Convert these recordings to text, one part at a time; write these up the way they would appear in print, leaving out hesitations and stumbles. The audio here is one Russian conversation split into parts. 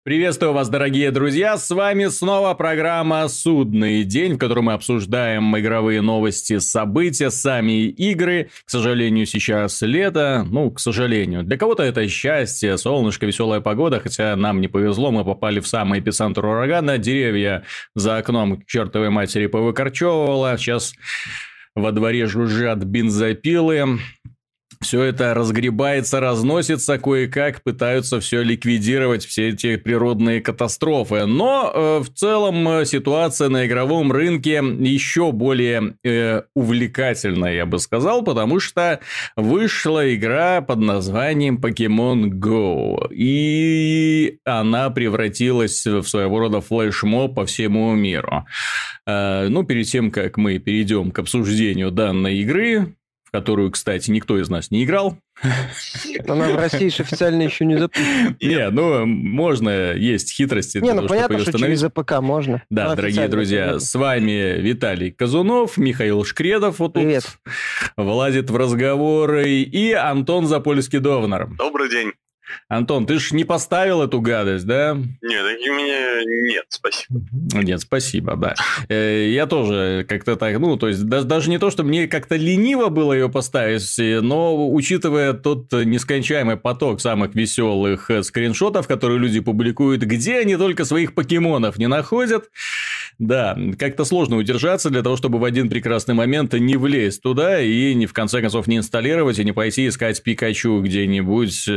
Приветствую вас, дорогие друзья, с вами снова программа «Судный день», в которой мы обсуждаем игровые новости, события, сами игры. К сожалению, сейчас лето, к сожалению. Для кого-то это счастье, солнышко, веселая погода, хотя нам не повезло, мы попали в самый эпицентр урагана, деревья за окном к чертовой матери повыкорчевывало, сейчас во дворе жужжат бензопилы. Все это разгребается, разносится, кое-как пытаются все ликвидировать, все эти природные катастрофы. Но в целом ситуация на игровом рынке еще более увлекательная, я бы сказал, потому что вышла игра под названием Pokemon Go. И она превратилась в своего рода флешмоб по всему миру. Перед тем, как мы перейдем к обсуждению данной игры, в которую, кстати, никто из нас не играл. Она в России же официально еще не запущена. Можно, есть хитрости. Понятно, что через АПК можно. Да, дорогие друзья, с вами Виталий Казунов, Михаил Шкредов вот тут влазит в разговоры, и Антон Запольский-Довнар. Добрый день. Антон, ты ж не поставил эту гадость, да? Нет, у меня нет, спасибо. Нет, спасибо, да. Я тоже как-то так, то есть даже не то, что мне как-то лениво было ее поставить, но учитывая тот нескончаемый поток самых веселых скриншотов, которые люди публикуют, где они только своих покемонов не находят, да, как-то сложно удержаться для того, чтобы в один прекрасный момент не влезть туда и в конце концов не инсталлировать и не пойти искать Пикачу где-нибудь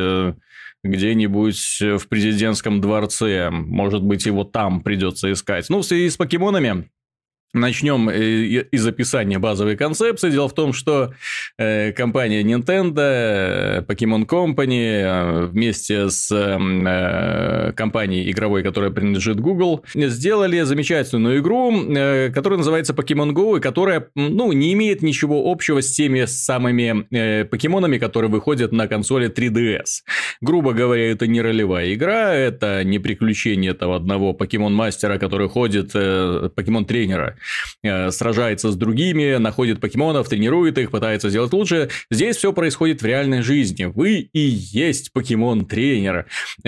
в президентском дворце. Может быть, его там придется искать. В связи с покемонами начнем из описания базовой концепции. Дело в том, что компания Nintendo, Pokemon Company вместе с компанией игровой, которая принадлежит Google, сделали замечательную игру, которая называется Pokemon Go, и которая не имеет ничего общего с теми самыми покемонами, которые выходят на консоли 3DS. Грубо говоря, это не ролевая игра, это не приключение этого одного покемон-мастера, который ходит, покемон-тренера, сражается с другими, находит покемонов, тренирует их, пытается сделать лучше. Здесь все происходит в реальной жизни. Вы и есть покемон-тренер.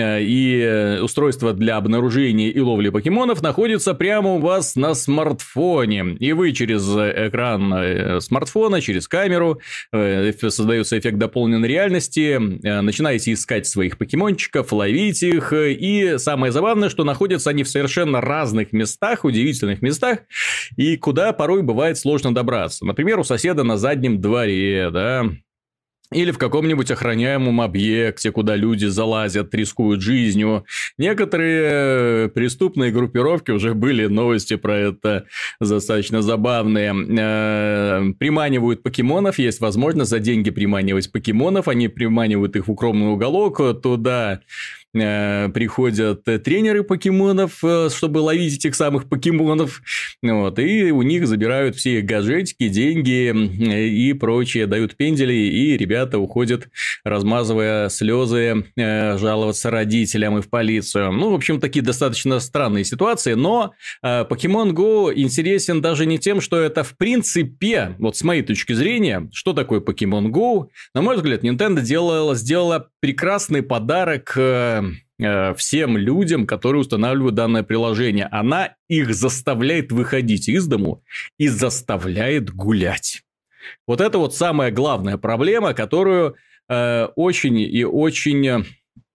И устройство для обнаружения и ловли покемонов находится прямо у вас на смартфоне. И вы через экран смартфона, через камеру, создается эффект дополненной реальности, начинаете искать своих покемончиков, ловить их. И самое забавное, что находятся они в совершенно разных местах, удивительных местах, и куда порой бывает сложно добраться. Например, у соседа на заднем дворе, да, или в каком-нибудь охраняемом объекте, куда люди залазят, рискуют жизнью. Некоторые преступные группировки, уже были новости про это достаточно забавные, приманивают покемонов, есть возможность за деньги приманивать покемонов, они приманивают их в укромный уголок, туда приходят тренеры покемонов, чтобы ловить этих самых покемонов, и у них забирают все их гаджетики, деньги и прочее, дают пендели, и ребята уходят, размазывая слезы, жаловаться родителям и в полицию. В общем, такие достаточно странные ситуации, но Pokemon Go интересен даже не тем, что это в принципе, с моей точки зрения, что такое Pokemon Go, на мой взгляд, Nintendo сделала прекрасный подарок всем людям, которые устанавливают данное приложение. Она их заставляет выходить из дому и заставляет гулять. Вот это самая главная проблема, которую очень и очень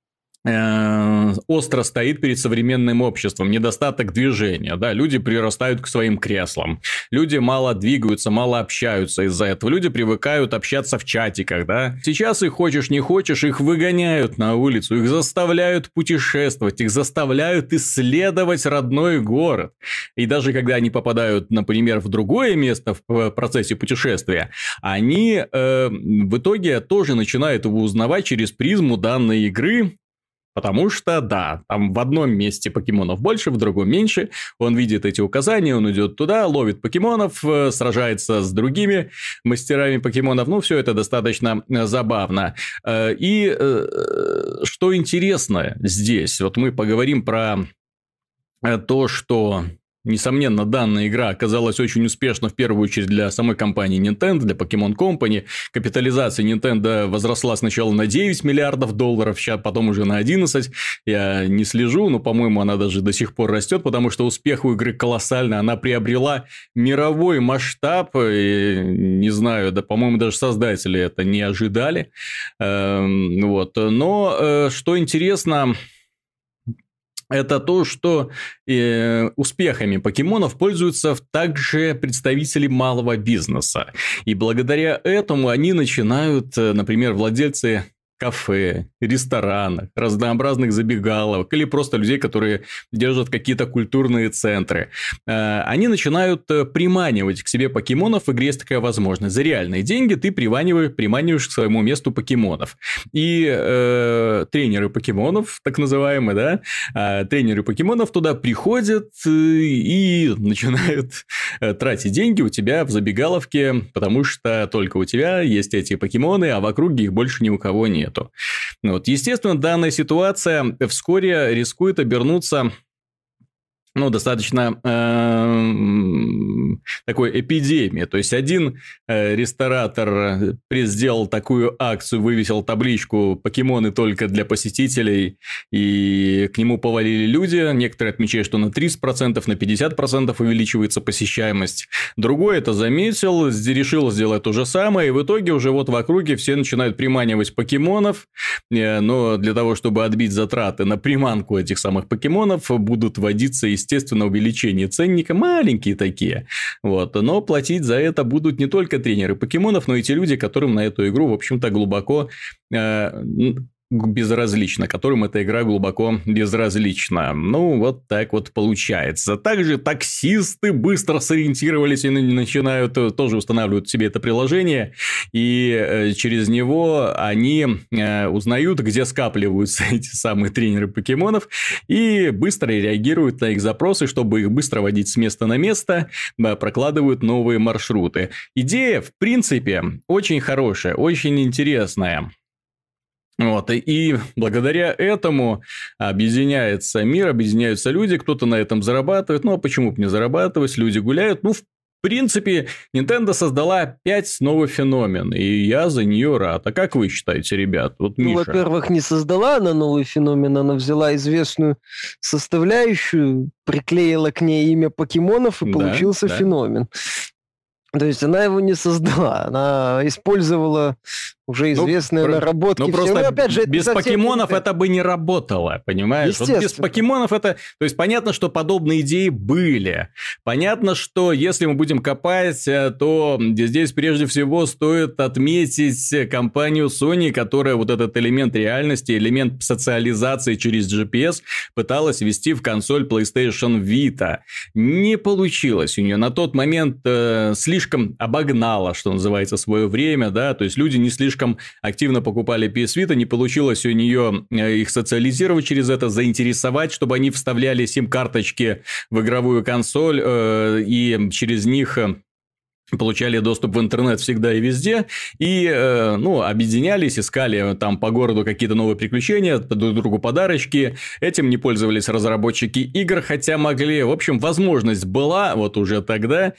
остро стоит перед современным обществом. Недостаток движения. Да? Люди прирастают к своим креслам. Люди мало двигаются, мало общаются из-за этого. Люди привыкают общаться в чатиках. Да? Сейчас их хочешь не хочешь, их выгоняют на улицу, их заставляют путешествовать, их заставляют исследовать родной город. И даже когда они попадают, например, в другое место в процессе путешествия, они в итоге тоже начинают его узнавать через призму данной игры. Потому что, да, там в одном месте покемонов больше, в другом меньше. Он видит эти указания, он идет туда, ловит покемонов, сражается с другими мастерами покемонов. Все это достаточно забавно. И что интересно здесь, мы поговорим про то, что Несомненно, данная игра оказалась очень успешна в первую очередь для самой компании Nintendo, для Pokemon Company. Капитализация Nintendo возросла сначала на 9 миллиардов долларов, сейчас потом уже на 11. Я не слежу, но, по-моему, она даже до сих пор растет, потому что успех у игры колоссальный. Она приобрела мировой масштаб. И, не знаю, да, по-моему, даже создатели это не ожидали. Вот. Но, что интересно... Это то, что успехами покемонов пользуются также представители малого бизнеса. И благодаря этому они начинают, например, владельцы кафе, ресторанов, разнообразных забегаловок или просто людей, которые держат какие-то культурные центры. Они начинают приманивать к себе покемонов. В игре есть такая возможность. За реальные деньги ты приманиваешь к своему месту покемонов. И тренеры покемонов, так называемые, да, тренеры покемонов туда приходят и начинают тратить деньги у тебя в забегаловке, потому что только у тебя есть эти покемоны, а в округе их больше ни у кого нет. Вот. Естественно, данная ситуация вскоре рискует обернуться достаточно такой эпидемией. То есть, один ресторатор сделал такую акцию, вывесил табличку «Покемоны только для посетителей», и к нему повалили люди. Некоторые отмечают, что на 30%, на 50% увеличивается посещаемость. Другой это заметил, решил сделать то же самое, и в итоге уже вот в округе все начинают приманивать покемонов, но для того, чтобы отбить затраты на приманку этих самых покемонов, будут вводиться, естественно, увеличение ценника, маленькие такие. Вот. Но платить за это будут не только тренеры покемонов, но и те люди, которым на эту игру, в общем-то, глубоко безразлично, которым эта игра глубоко безразлична. Ну, вот так вот получается. Также таксисты быстро сориентировались и начинают тоже устанавливать себе это приложение, и через него они узнают, где скапливаются эти самые тренеры покемонов, и быстро реагируют на их запросы, чтобы их быстро водить с места на место, прокладывают новые маршруты. Идея, в принципе, очень хорошая, очень интересная. Вот, и благодаря этому объединяется мир, объединяются люди, кто-то на этом зарабатывает. Ну, а почему бы не зарабатывать? Люди гуляют. Ну, в принципе, Nintendo создала опять новый феномен, и я за нее рад. А как вы считаете, ребят? Вот, Миша. Ну, во-первых, не создала она новый феномен, она взяла известную составляющую, приклеила к ней имя покемонов, и получился феномен. То есть, она его не создала, она использовала уже известные наработки. Ну, просто опять же, без покемонов это бы не работало, понимаешь? Вот без покемонов это... То есть, понятно, что подобные идеи были. Понятно, что если мы будем копать, то здесь прежде всего стоит отметить компанию Sony, которая вот этот элемент реальности, элемент социализации через GPS пыталась ввести в консоль PlayStation Vita. Не получилось у нее. На тот момент слишком обогнала, что называется, свое время, да, то есть люди не слишком активно покупали PS Vita, не получилось у нее их социализировать через это, заинтересовать, чтобы они вставляли сим-карточки в игровую консоль и через них получали доступ в интернет всегда и везде, и, объединялись, искали там по городу какие-то новые приключения, друг другу подарочки. Этим не пользовались разработчики игр, хотя могли. В общем, возможность была вот уже тогда,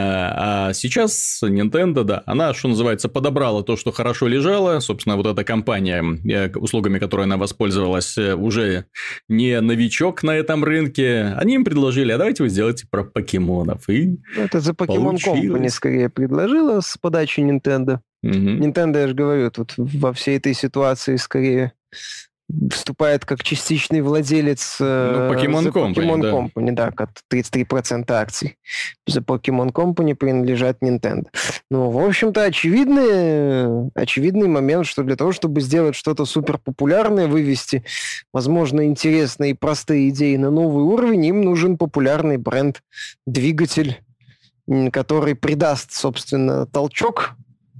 а сейчас Nintendo, да, она, что называется, подобрала то, что хорошо лежало. Собственно, вот эта компания, услугами которой она воспользовалась, уже не новичок на этом рынке. Они им предложили, а давайте вы сделайте про покемонов. И это за Pokemon Company скорее предложила с подачи Nintendo. Nintendo, я же говорю, тут во всей этой ситуации скорее вступает как частичный владелец Pokemon Company, да, как 33% акций за Pokemon Company принадлежат Nintendo. Ну, в общем-то, очевидный момент, что для того, чтобы сделать что-то суперпопулярное, вывести, возможно, интересные и простые идеи на новый уровень, им нужен популярный бренд, двигатель, который придаст, собственно, толчок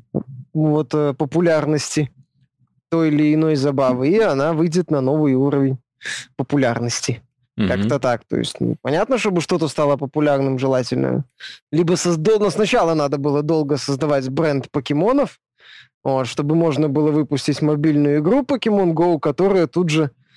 популярности той или иной забавы, и она выйдет на новый уровень популярности. Как-то так. То есть, понятно, чтобы что-то стало популярным, желательно. Либо сначала надо было долго создавать бренд покемонов, чтобы можно было выпустить мобильную игру Pokemon Go, которая тут же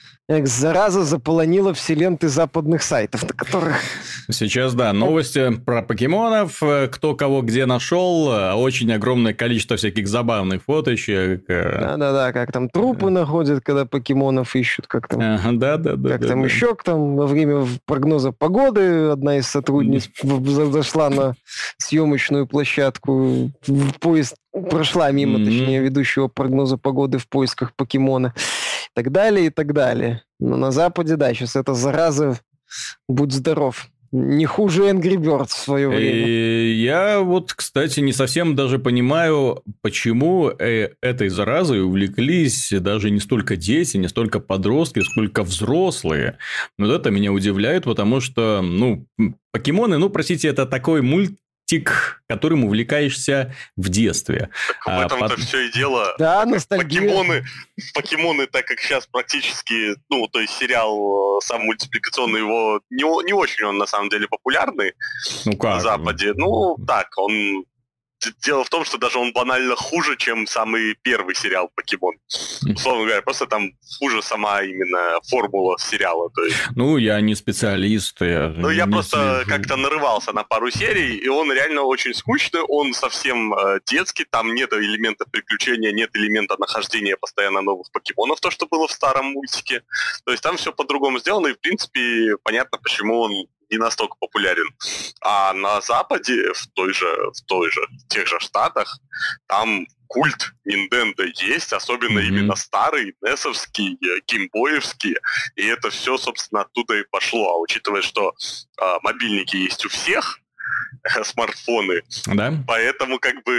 зараза заполонила все ленты западных сайтов, на которых... Сейчас, да, новости про покемонов, кто кого где нашел, очень огромное количество всяких забавных фоточек. Да-да-да, как там трупы находят, когда покемонов ищут, как там... еще там во время прогноза погоды одна из сотрудниц зашла на съемочную площадку, в поезд прошла мимо, точнее, ведущего прогноза погоды в поисках покемона. И так далее, и так далее. Но на Западе, да, сейчас эта зараза, будь здоров, не хуже Angry Birds в свое время. Я вот, кстати, не совсем даже понимаю, почему этой заразой увлеклись даже не столько дети, не столько подростки, сколько взрослые. Вот это меня удивляет, потому что, покемоны, простите, это такой мультик, которым увлекаешься в детстве. Так в этом-то все и дело. Да, ностальгия. Покемоны, так как сейчас практически, то есть сериал сам мультипликационный, его не очень он на самом деле популярный на Западе. Он... Дело в том, что даже он банально хуже, чем самый первый сериал «Покемон». Условно говоря, просто там хуже сама именно формула сериала. То есть... я не специалист. Я просто как-то нарывался на пару серий, и он реально очень скучный, он совсем детский, там нет элемента приключения, нет элемента нахождения постоянно новых покемонов, то, что было в старом мультике. То есть там все по-другому сделано, и в принципе понятно, почему он не настолько популярен. А на Западе, в тех же Штатах, там культ Nintendo есть, особенно именно старый, NES-овский, геймбоевский, и это все, собственно, оттуда и пошло. А учитывая, что мобильники есть у всех, смартфоны, да? Поэтому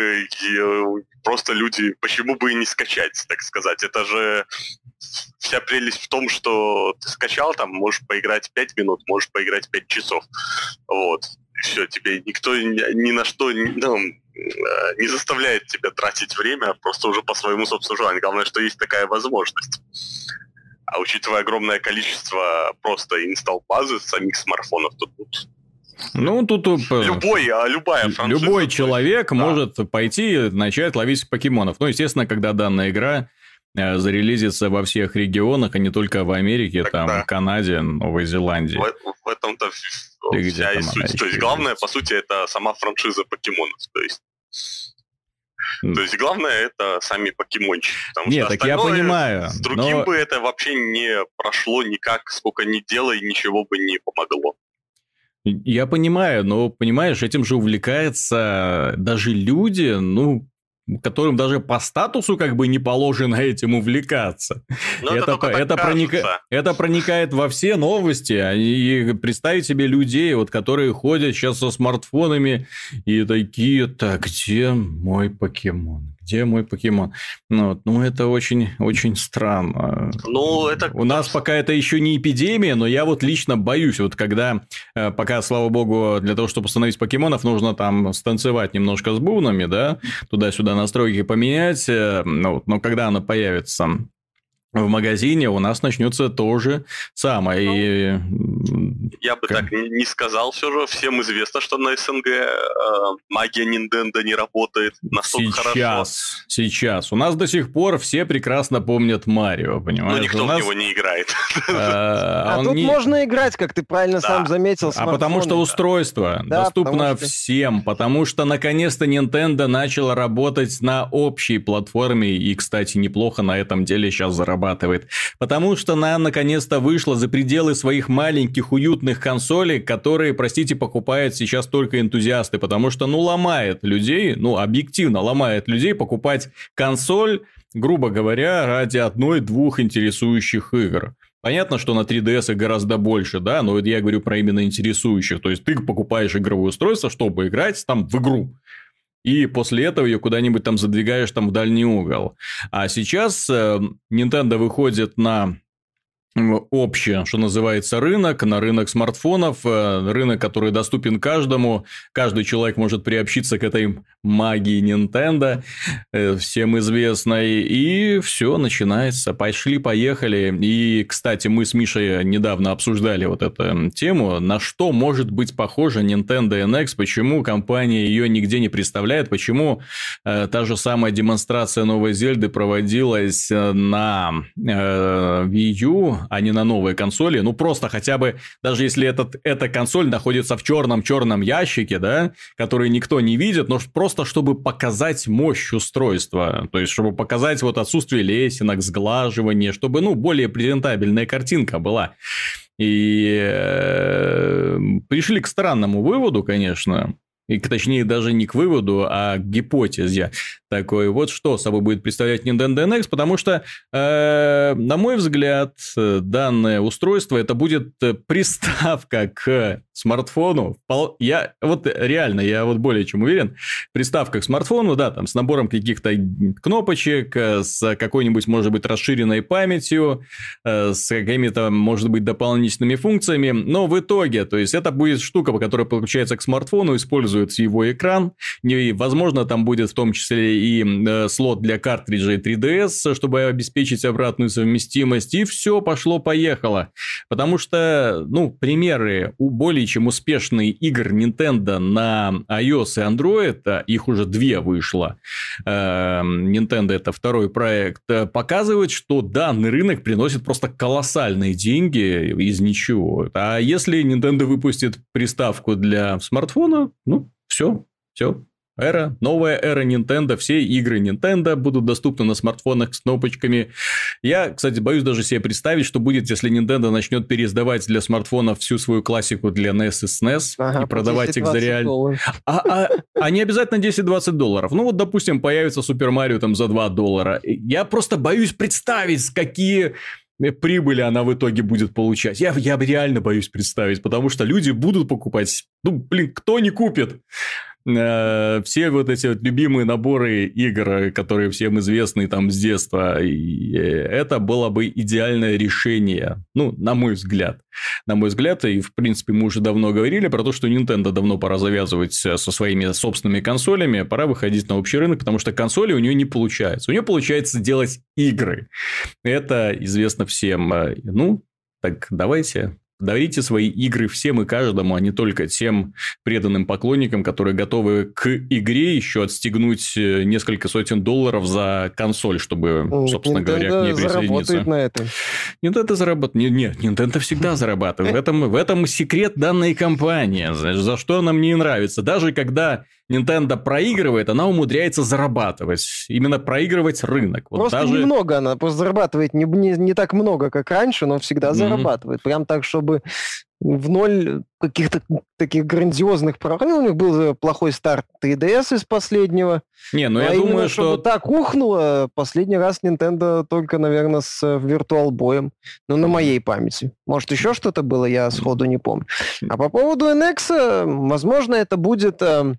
просто люди, почему бы и не скачать, так сказать. Это же вся прелесть в том, что ты скачал, там можешь поиграть 5 минут, можешь поиграть 5 часов. Вот. И все, тебе никто ни на что не заставляет тебя тратить время, просто уже по своему собственному желанию. Главное, что есть такая возможность. А учитывая огромное количество просто инсталл-базы самих смартфонов, то тут... любая франшиза. Любой человек может пойти и начать ловить покемонов. Естественно, когда данная игра зарелизится во всех регионах, а не только в Америке, Канаде, Новой Зеландии. В этом-то вся и суть. То есть, главное, по сути, это сама франшиза покемонов. То есть, главное, это сами покемончики. Нет, так я понимаю. С другим бы это вообще не прошло никак, сколько ни делай, ничего бы не помогло. Я понимаю, но, понимаешь, этим же увлекаются даже люди, которым даже по статусу не положено этим увлекаться. Это проникает во все новости. И представить себе людей, которые ходят сейчас со смартфонами и такие: так, где мой покемон? Где мой покемон? Это очень, очень странно. У нас пока это еще не эпидемия, но я лично боюсь, когда пока, слава богу, для того, чтобы установить покемонов, нужно там станцевать немножко с бубнами, да, туда-сюда настройки поменять, но когда она появится в магазине, у нас начнется то же самое. Я бы так не сказал, все же всем известно, что на СНГ магия Nintendo не работает настолько хорошо. Сейчас. У нас до сих пор все прекрасно помнят Марио, понимаешь? Но никто в него не играет. Тут можно играть, как ты правильно сам заметил. Потому что устройство доступно всем, потому что наконец-то Nintendo начала работать на общей платформе и, кстати, неплохо на этом деле сейчас зарабатывает. Потому что она наконец-то вышла за пределы своих маленьких уютных консолей, которые, простите, покупают сейчас только энтузиасты, потому что, ломает людей, объективно ломает людей покупать консоль, грубо говоря, ради одной-двух интересующих игр. Понятно, что на 3DS гораздо больше, да, но я говорю про именно интересующих. То есть, ты покупаешь игровое устройство, чтобы играть там в игру. И после этого ее куда-нибудь там задвигаешь в дальний угол. А сейчас Nintendo выходит на общий, что называется, рынок, на рынок смартфонов, рынок, который доступен каждому, каждый человек может приобщиться к этой магии Nintendo, всем известной, и все начинается, пошли-поехали, и, кстати, мы с Мишей недавно обсуждали эту тему, на что может быть похожа Nintendo NX, почему компания ее нигде не представляет, почему та же самая демонстрация новой Зельды проводилась на Wii U, а не на новые консоли. Ну, просто хотя бы, даже если эта консоль находится в черном ящике, да, который никто не видит, но просто чтобы показать мощь устройства. То есть, чтобы показать вот отсутствие лесенок, сглаживания, чтобы, ну, более презентабельная картинка была. И пришли к странному выводу, конечно. И, точнее, даже не к выводу, а к гипотезе. Такой вот, что собой будет представлять Nintendo NX, потому что, на мой взгляд, данное устройство, это будет приставка к смартфону. Я вот более чем уверен, приставка к смартфону, да, там, с набором каких-то кнопочек, с какой-нибудь, может быть, расширенной памятью, с какими-то, может быть, дополнительными функциями, но в итоге, то есть, это будет штука, которая подключается к смартфону, использует его экран, и, возможно, там будет в том числе и слот для картриджей 3DS, чтобы обеспечить обратную совместимость, и все пошло-поехало. Потому что, ну, примеры более чем успешные игр Nintendo на iOS и Android, их уже 2 вышло, Nintendo это второй проект, показывает, что данный рынок приносит просто колоссальные деньги из ничего. А если Nintendo выпустит приставку для смартфона, ну, все. Новая эра Nintendo, все игры Nintendo будут доступны на смартфонах с кнопочками. Я, кстати, боюсь даже себе представить, что будет, если Nintendo начнет переиздавать для смартфонов всю свою классику для NES и SNES и продавать их за реально. А не обязательно $10-20. Ну, вот, допустим, появится Super Mario там за $2. Я просто боюсь представить, какие прибыли она в итоге будет получать. Я реально боюсь представить, потому что люди будут покупать. Ну, блин, кто не купит? Все вот эти вот любимые наборы игр, которые всем известны там с детства, и это было бы идеальное решение, ну, на мой взгляд. На мой взгляд, и в принципе мы уже давно говорили про то, что Nintendo давно пора завязывать со своими собственными консолями, пора выходить на общий рынок, потому что консоли у нее не получается. У нее получается делать игры. Это известно всем. Ну, так давайте... Дарите свои игры всем и каждому, а не только тем преданным поклонникам, которые готовы к игре еще отстегнуть несколько сотен $, за консоль, чтобы, собственно говоря, к ней присоединиться. Nintendo на этом. Nintendo заработает. Нет, Nintendo всегда зарабатывает. В этом секрет данной компании. За что она мне нравится. Даже когда Nintendo проигрывает, она умудряется зарабатывать. Именно проигрывать рынок. Вот просто даже... немного она просто зарабатывает. Не так много, как раньше, но всегда зарабатывает. Прям так, чтобы в ноль каких-то таких грандиозных проблем. У них был плохой старт 3DS из последнего. Не, ну я думаю, что... чтобы так ухнуло, последний раз Nintendo только, наверное, с Virtual Boy. Ну, на моей памяти. Может, еще что-то было, я сходу не помню. А по поводу NX, возможно, это будет...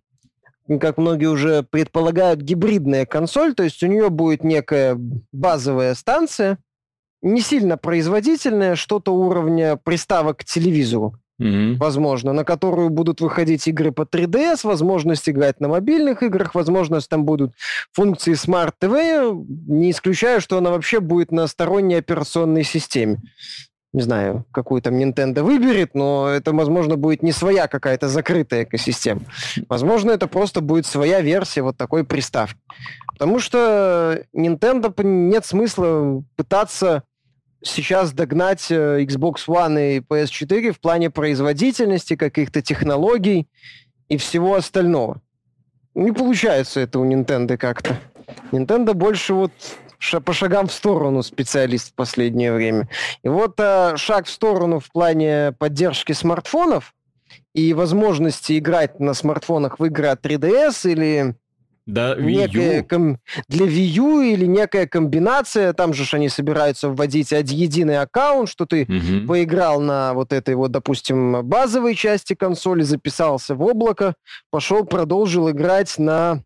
как многие уже предполагают, гибридная консоль, то есть у нее будет некая базовая станция, не сильно производительная, что-то уровня приставок к телевизору, возможно, на которую будут выходить игры по 3DS, возможность играть на мобильных играх, возможность там будут функции Smart TV, не исключаю, что она вообще будет на сторонней операционной системе. Не знаю, какую там Nintendo выберет, но это, возможно, будет не своя какая-то закрытая экосистема. Возможно, это просто будет своя версия вот такой приставки. Потому что Nintendo нет смысла пытаться сейчас догнать Xbox One и PS4 в плане производительности, каких-то технологий и всего остального. Не получается это у Nintendo как-то. Nintendo больше вот... по шагам в сторону специалист в последнее время. И вот шаг в сторону в плане поддержки смартфонов и возможности играть на смартфонах в игры от 3DS или да, Wii U. Для Wii U или некая комбинация, там же они собираются вводить единый аккаунт, что ты поиграл на вот этой вот, допустим, базовой части консоли, записался в облако, пошел, продолжил играть на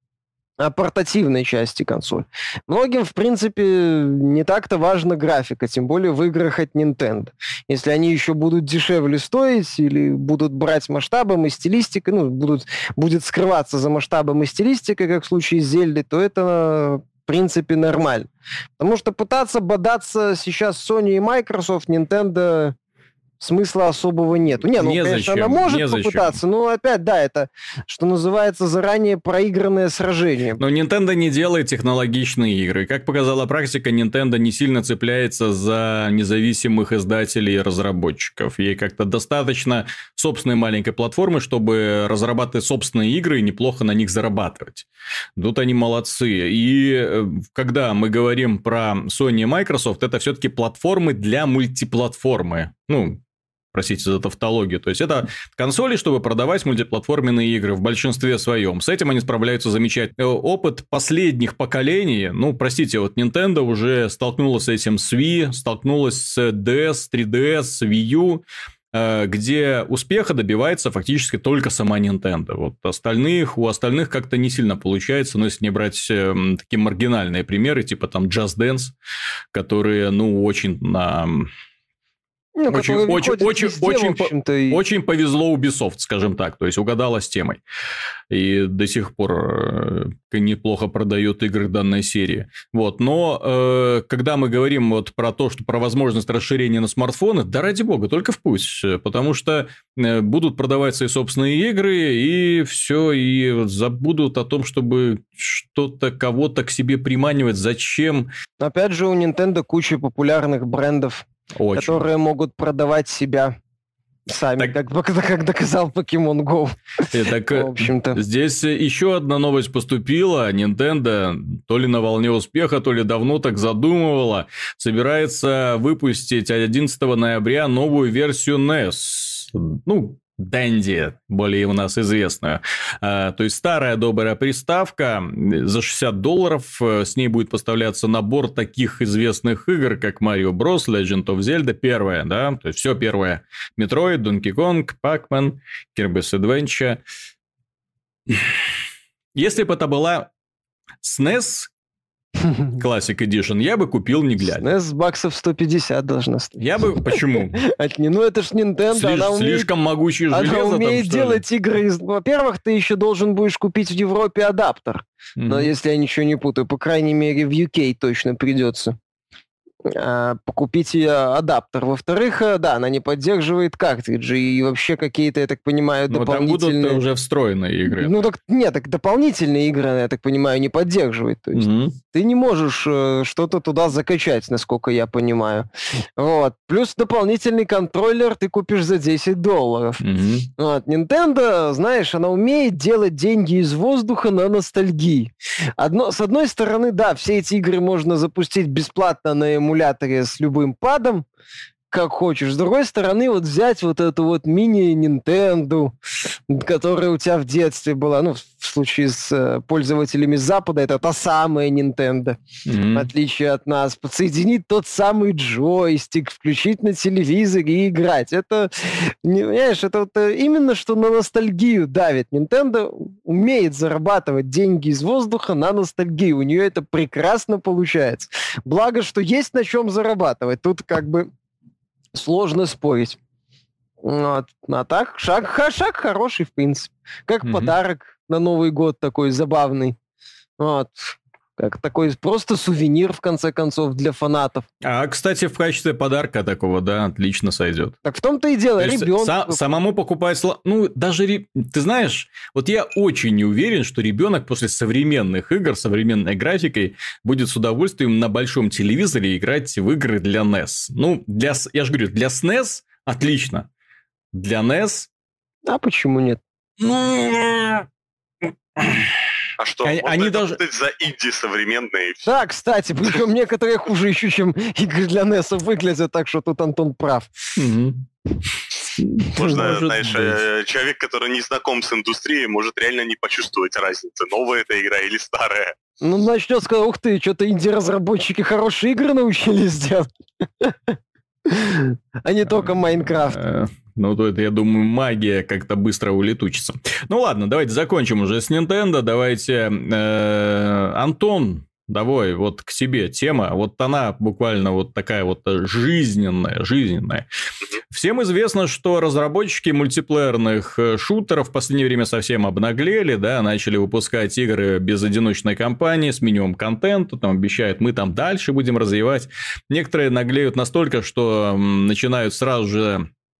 портативной части консоли. Многим, в принципе, не так-то важна графика, тем более в играх от Nintendo. Если они еще будут дешевле стоить или будут брать масштабом и стилистикой, ну, будет скрываться за масштабом и стилистикой, как в случае с Зельдой, то это, в принципе, нормально. Потому что пытаться бодаться сейчас Sony и Microsoft Nintendo смысла особого нету. Не, ну, конечно, она может попытаться, но опять, да, это, что называется, заранее проигранное сражение. Но Nintendo не делает технологичные игры. Как показала практика, Nintendo не сильно цепляется за независимых издателей и разработчиков. Ей как-то достаточно собственной маленькой платформы, чтобы разрабатывать собственные игры и неплохо на них зарабатывать. Тут они молодцы. И когда мы говорим про Sony и Microsoft, это все-таки платформы для мультиплатформы. Ну, простите за тавтологию. То есть, это консоли, чтобы продавать мультиплатформенные игры в большинстве своем. С этим они справляются замечательно. Опыт последних поколений, ну, простите, вот Nintendo уже столкнулась с этим с Wii, столкнулась с DS, 3DS, Wii U, где успеха добивается фактически только сама Nintendo. Вот у остальных как-то не сильно получается, но если не брать такие маргинальные примеры, типа там Just Dance, которые, ну, очень очень повезло Ubisoft, скажем так, то есть угадала с темой. И до сих пор неплохо продает игры данной серии. Вот. Но когда мы говорим вот про то, что про возможность расширения на смартфоны, да ради бога, только в путь. Потому что будут продаваться и собственные игры, и все, и забудут о том, чтобы что-то кого-то к себе приманивать. Зачем? Опять же, у Nintendo куча популярных брендов, которые могут продавать себя сами, как доказал Pokemon Go. Так, в общем-то. Здесь еще одна новость поступила. Nintendo то ли на волне успеха, то ли давно так задумывала. Собирается выпустить 11 ноября новую версию NES. Ну, Dendy, более у нас известную. То есть, старая добрая приставка за $60. С ней будет поставляться набор таких известных игр, как Mario Bros, Legend of Zelda, первая, да, то есть, все первое. Metroid, Donkey Kong, Pac-Man, Kirby's Adventure. Если бы это была SNES Classic Edition, я бы купил не глядя. SNES баксов 150 должна стоить. Я бы... Почему? Ну, это ж Nintendo, она умеет... Слишком могучее железо. Она умеет делать игры. Во-первых, ты еще должен будешь купить в Европе адаптер. Но если я ничего не путаю, по крайней мере, в UK точно придется покупить адаптер. Во-вторых, да, она не поддерживает картриджи и вообще какие-то, я так понимаю, дополнительные... Но там будут уже встроенные игры. Ну, так нет, так дополнительные игры, я так понимаю, не поддерживает. То есть ты не можешь что-то туда закачать, насколько я понимаю. Вот. Плюс дополнительный контроллер ты купишь за $10. Вот. Nintendo, знаешь, она умеет делать деньги из воздуха на ностальгии. С одной стороны, да, все эти игры можно запустить бесплатно на эмуляторе с любым падом, как хочешь. С другой стороны, вот взять вот эту вот мини-Nintendo, которая у тебя в детстве была, ну, в случае с пользователями Запада, это та самая Nintendo, в отличие от нас. Подсоединить тот самый джойстик, включить на телевизоре и играть. Это, понимаешь, это вот именно что на ностальгию давит. Nintendo умеет зарабатывать деньги из воздуха на ностальгию. У нее это прекрасно получается. Благо, что есть на чем зарабатывать. Тут как бы сложно спорить. Вот. А так, шаг хороший, в принципе. Как подарок на Новый год такой забавный. Вот. Как такой просто сувенир, в конце концов, для фанатов. А, кстати, в качестве подарка такого, да, отлично сойдет. Так в том-то и дело, ребенок... Самому покупать... Ну, даже... Ты знаешь, вот я очень не уверен, что ребенок после современных игр, современной графикой, будет с удовольствием на большом телевизоре играть в игры для NES. Ну, я же говорю, для SNES отлично. Для NES... А почему нет? А что, они даже за инди современные? Да, кстати, причем некоторые хуже еще, чем игры для NES выглядят, так что тут Антон прав. Можно, знаешь, человек, который не знаком с индустрией, может реально не почувствовать разницы, новая эта игра или старая. Ну, начнет сказать, ух ты, что-то инди-разработчики хорошие игры научились делать. А не только Майнкрафт. Ну, то это, я думаю, магия как-то быстро улетучится. Ну, ладно, давайте закончим уже с Nintendo. Давайте, Антон, давай вот к себе тема. Вот она буквально вот такая вот жизненная. Всем известно, что разработчики мультиплеерных шутеров в последнее время совсем обнаглели, да, начали выпускать игры без одиночной кампании, с минимум контента, там обещают, мы там дальше будем развивать. Некоторые наглеют настолько, что начинают сразу же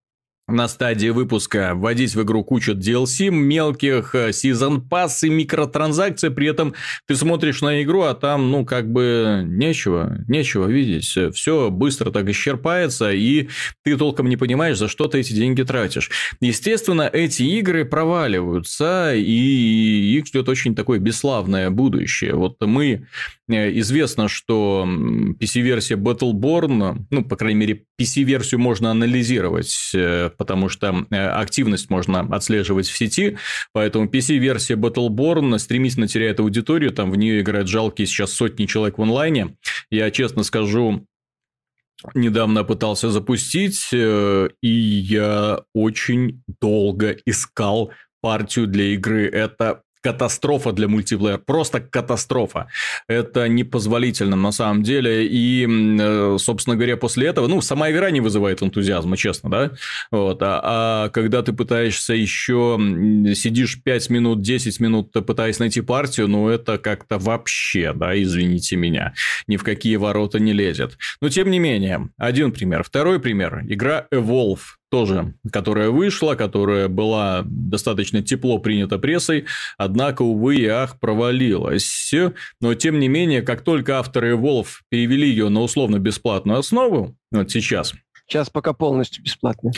на стадии выпуска вводить в игру кучу DLC, мелких, сезон-пассы, микротранзакции, при этом ты смотришь на игру, а там, ну, как бы нечего видеть, все быстро так исчерпается, и ты толком не понимаешь, за что ты эти деньги тратишь. Естественно, эти игры проваливаются, и их ждет очень такое бесславное будущее. Вот известно, что PC-версия Battleborn, ну, по крайней мере, PC-версию можно анализировать, потому что активность можно отслеживать в сети, поэтому PC-версия Battleborn стремительно теряет аудиторию, там в нее играют жалкие сейчас сотни человек в онлайне. Я честно скажу, недавно пытался запустить, и я очень долго искал партию для игры. Это катастрофа для мультиплеера, просто катастрофа. Это непозволительно на самом деле. И, собственно говоря, после этого, ну, сама игра не вызывает энтузиазма, честно, да? Вот. А когда ты пытаешься еще сидишь 5 минут, 10 минут, пытаясь найти партию, ну, это как-то вообще, да, извините меня, ни в какие ворота не лезет. Но, тем не менее, один пример. Второй пример. Игра Evolve. Тоже, которая вышла, которая была достаточно тепло принята прессой, однако, увы и ах, провалилась. Но, тем не менее, как только авторы Evolve перевели ее на условно-бесплатную основу, вот сейчас... Сейчас пока полностью бесплатно.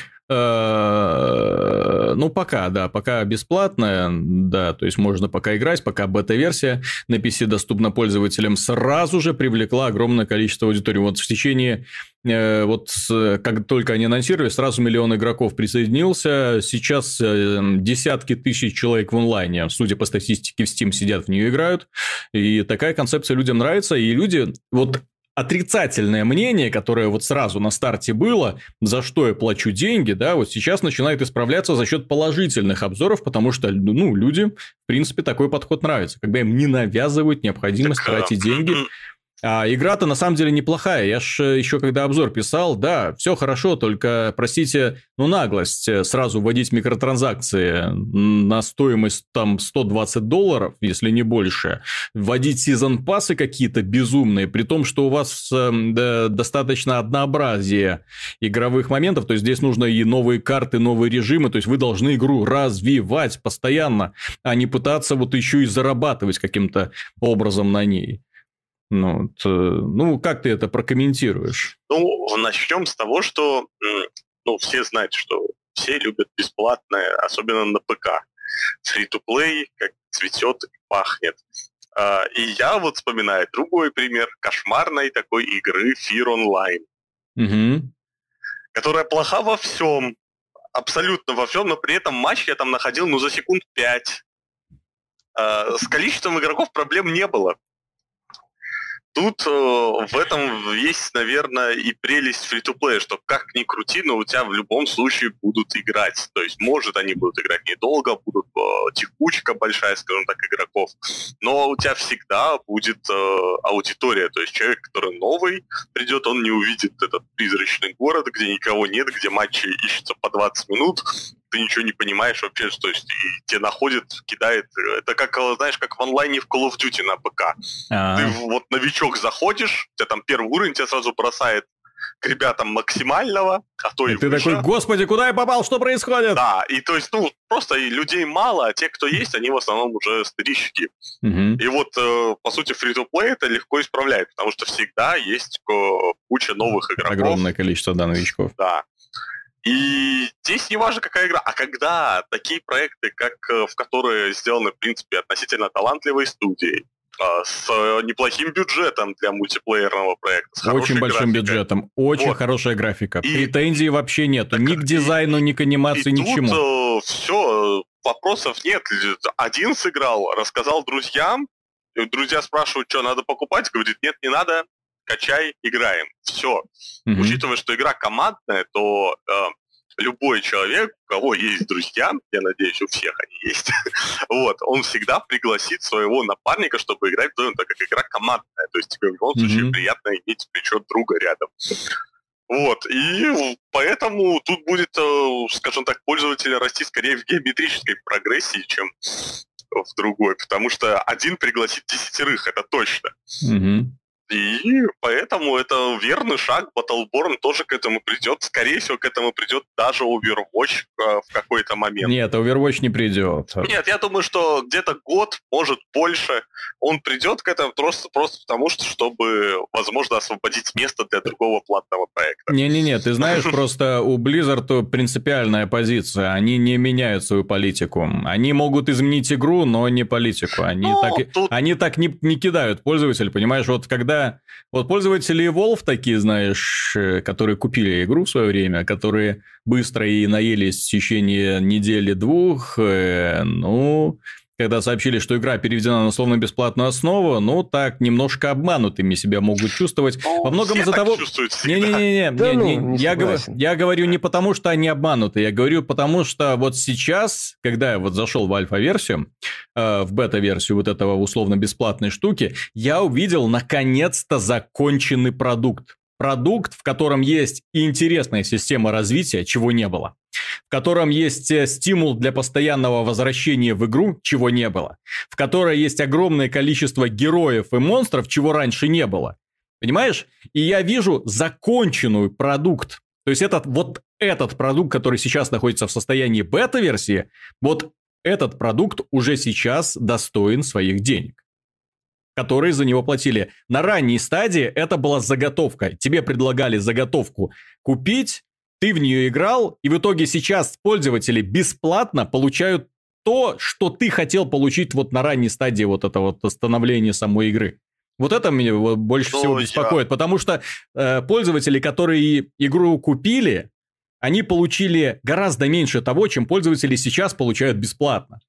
Ну, пока бесплатная, да, то есть можно пока играть, пока бета-версия на PC доступна пользователям, сразу же привлекла огромное количество аудитории. Вот в течение, как только они анонсировали, сразу миллион игроков присоединился, сейчас десятки тысяч человек в онлайне, судя по статистике, в Steam сидят, в нее играют, и такая концепция людям нравится, и люди, вот... Отрицательное мнение, которое вот сразу на старте было, за что я плачу деньги, да, вот сейчас начинает исправляться за счет положительных обзоров, потому что, ну, людям, в принципе, такой подход нравится, когда им не навязывают необходимость тратить деньги. А игра-то на самом деле неплохая. Я ж еще когда обзор писал, да, все хорошо, только, простите, ну, наглость сразу вводить микротранзакции на стоимость там $120, если не больше, вводить сезон-пассы какие-то безумные, при том, что у вас достаточно однообразия игровых моментов, то есть здесь нужно и новые карты, новые режимы, то есть вы должны игру развивать постоянно, а не пытаться вот еще и зарабатывать каким-то образом на ней. Ну, как ты это прокомментируешь? Ну, начнем с того, что, ну, все знают, что все любят бесплатное, особенно на ПК. Free-to-play как цветет и пахнет. И я вот вспоминаю другой пример кошмарной такой игры Fear Online, которая плоха во всем, абсолютно во всем, но при этом матч я там находил, ну, за секунд 5. С количеством игроков проблем не было. Тут в этом есть, наверное, и прелесть фри-то-плея, что как ни крути, но у тебя в любом случае будут играть. То есть, может, они будут играть недолго, будут текучка большая, скажем так, игроков, но у тебя всегда будет аудитория. То есть, человек, который новый придет, он не увидит этот призрачный город, где никого нет, где матчи ищутся по 20 минут, ты ничего не понимаешь вообще, то есть и тебя находит, кидает. Это как, знаешь, как в онлайне в Call of Duty на ПК. Ты вот новичок заходишь, у тебя там первый уровень, тебя сразу бросает к ребятам максимального, а то и ты выше. Такой, господи, куда я попал, что происходит? Да, и то есть, ну, просто людей мало, а те, кто есть, они в основном уже старички. И вот, по сути, free-to-play это легко исправляет, потому что всегда есть куча новых игроков. Огромное количество, да, новичков. Да. И здесь не важно, какая игра, а когда такие проекты, как в которые сделаны, в принципе, относительно талантливой студией, с неплохим бюджетом для мультиплеерного проекта, с очень большим графикой. Бюджетом, очень вот. Хорошая графика, претензий вообще нету, ни к дизайну, ни к анимации, ничему. Тут все, вопросов нет. Один сыграл, рассказал друзьям, и друзья спрашивают, что надо покупать, говорит, нет, не надо, качай, играем. Все. Учитывая, что игра командная, то любой человек, у кого есть друзья, я надеюсь, у всех они есть, вот, он всегда пригласит своего напарника, чтобы играть вдвоем, так как игра командная. То есть тебе в любом случае приятно иметь плечо друга рядом. Вот, и поэтому тут будет, скажем так, пользователь расти скорее в геометрической прогрессии, чем в другой, потому что один пригласит 10, это точно. И поэтому это верный шаг, Battleborn тоже к этому придет. Скорее всего, к этому придет даже Overwatch в какой-то момент. Нет, Overwatch не придет. Нет, я думаю, что где-то год, может больше, он придет к этому просто потому, что, чтобы, возможно, освободить место для другого платного проекта. Не-не-не, ты знаешь, просто у Blizzard принципиальная позиция. Они не меняют свою политику. Они могут изменить игру, но не политику. Они так не кидают пользователей, понимаешь? Вот когда вот пользователи Valve такие, знаешь, которые купили игру в свое время, которые быстро и наелись в течение недели-двух, когда сообщили, что игра переведена на условно-бесплатную основу, так немножко обманутыми себя могут чувствовать. Во многом из-за того... Я говорю не потому, что они обмануты, я говорю потому, что вот сейчас, когда я вот зашел в альфа-версию, в бета-версию вот этого условно-бесплатной штуки, я увидел наконец-то законченный продукт. Продукт, в котором есть и интересная система развития, чего не было. В котором есть стимул для постоянного возвращения в игру, чего не было. В которой есть огромное количество героев и монстров, чего раньше не было. Понимаешь? И я вижу законченный продукт. То есть этот продукт, который сейчас находится в состоянии бета-версии, вот этот продукт уже сейчас достоин своих денег, которые за него платили. На ранней стадии это была заготовка. Тебе предлагали заготовку купить, ты в нее играл, и в итоге сейчас пользователи бесплатно получают то, что ты хотел получить вот на ранней стадии вот этого вот становления самой игры. Вот это меня больше всего беспокоит, потому что пользователи, которые игру купили, они получили гораздо меньше того, чем пользователи сейчас получают бесплатно.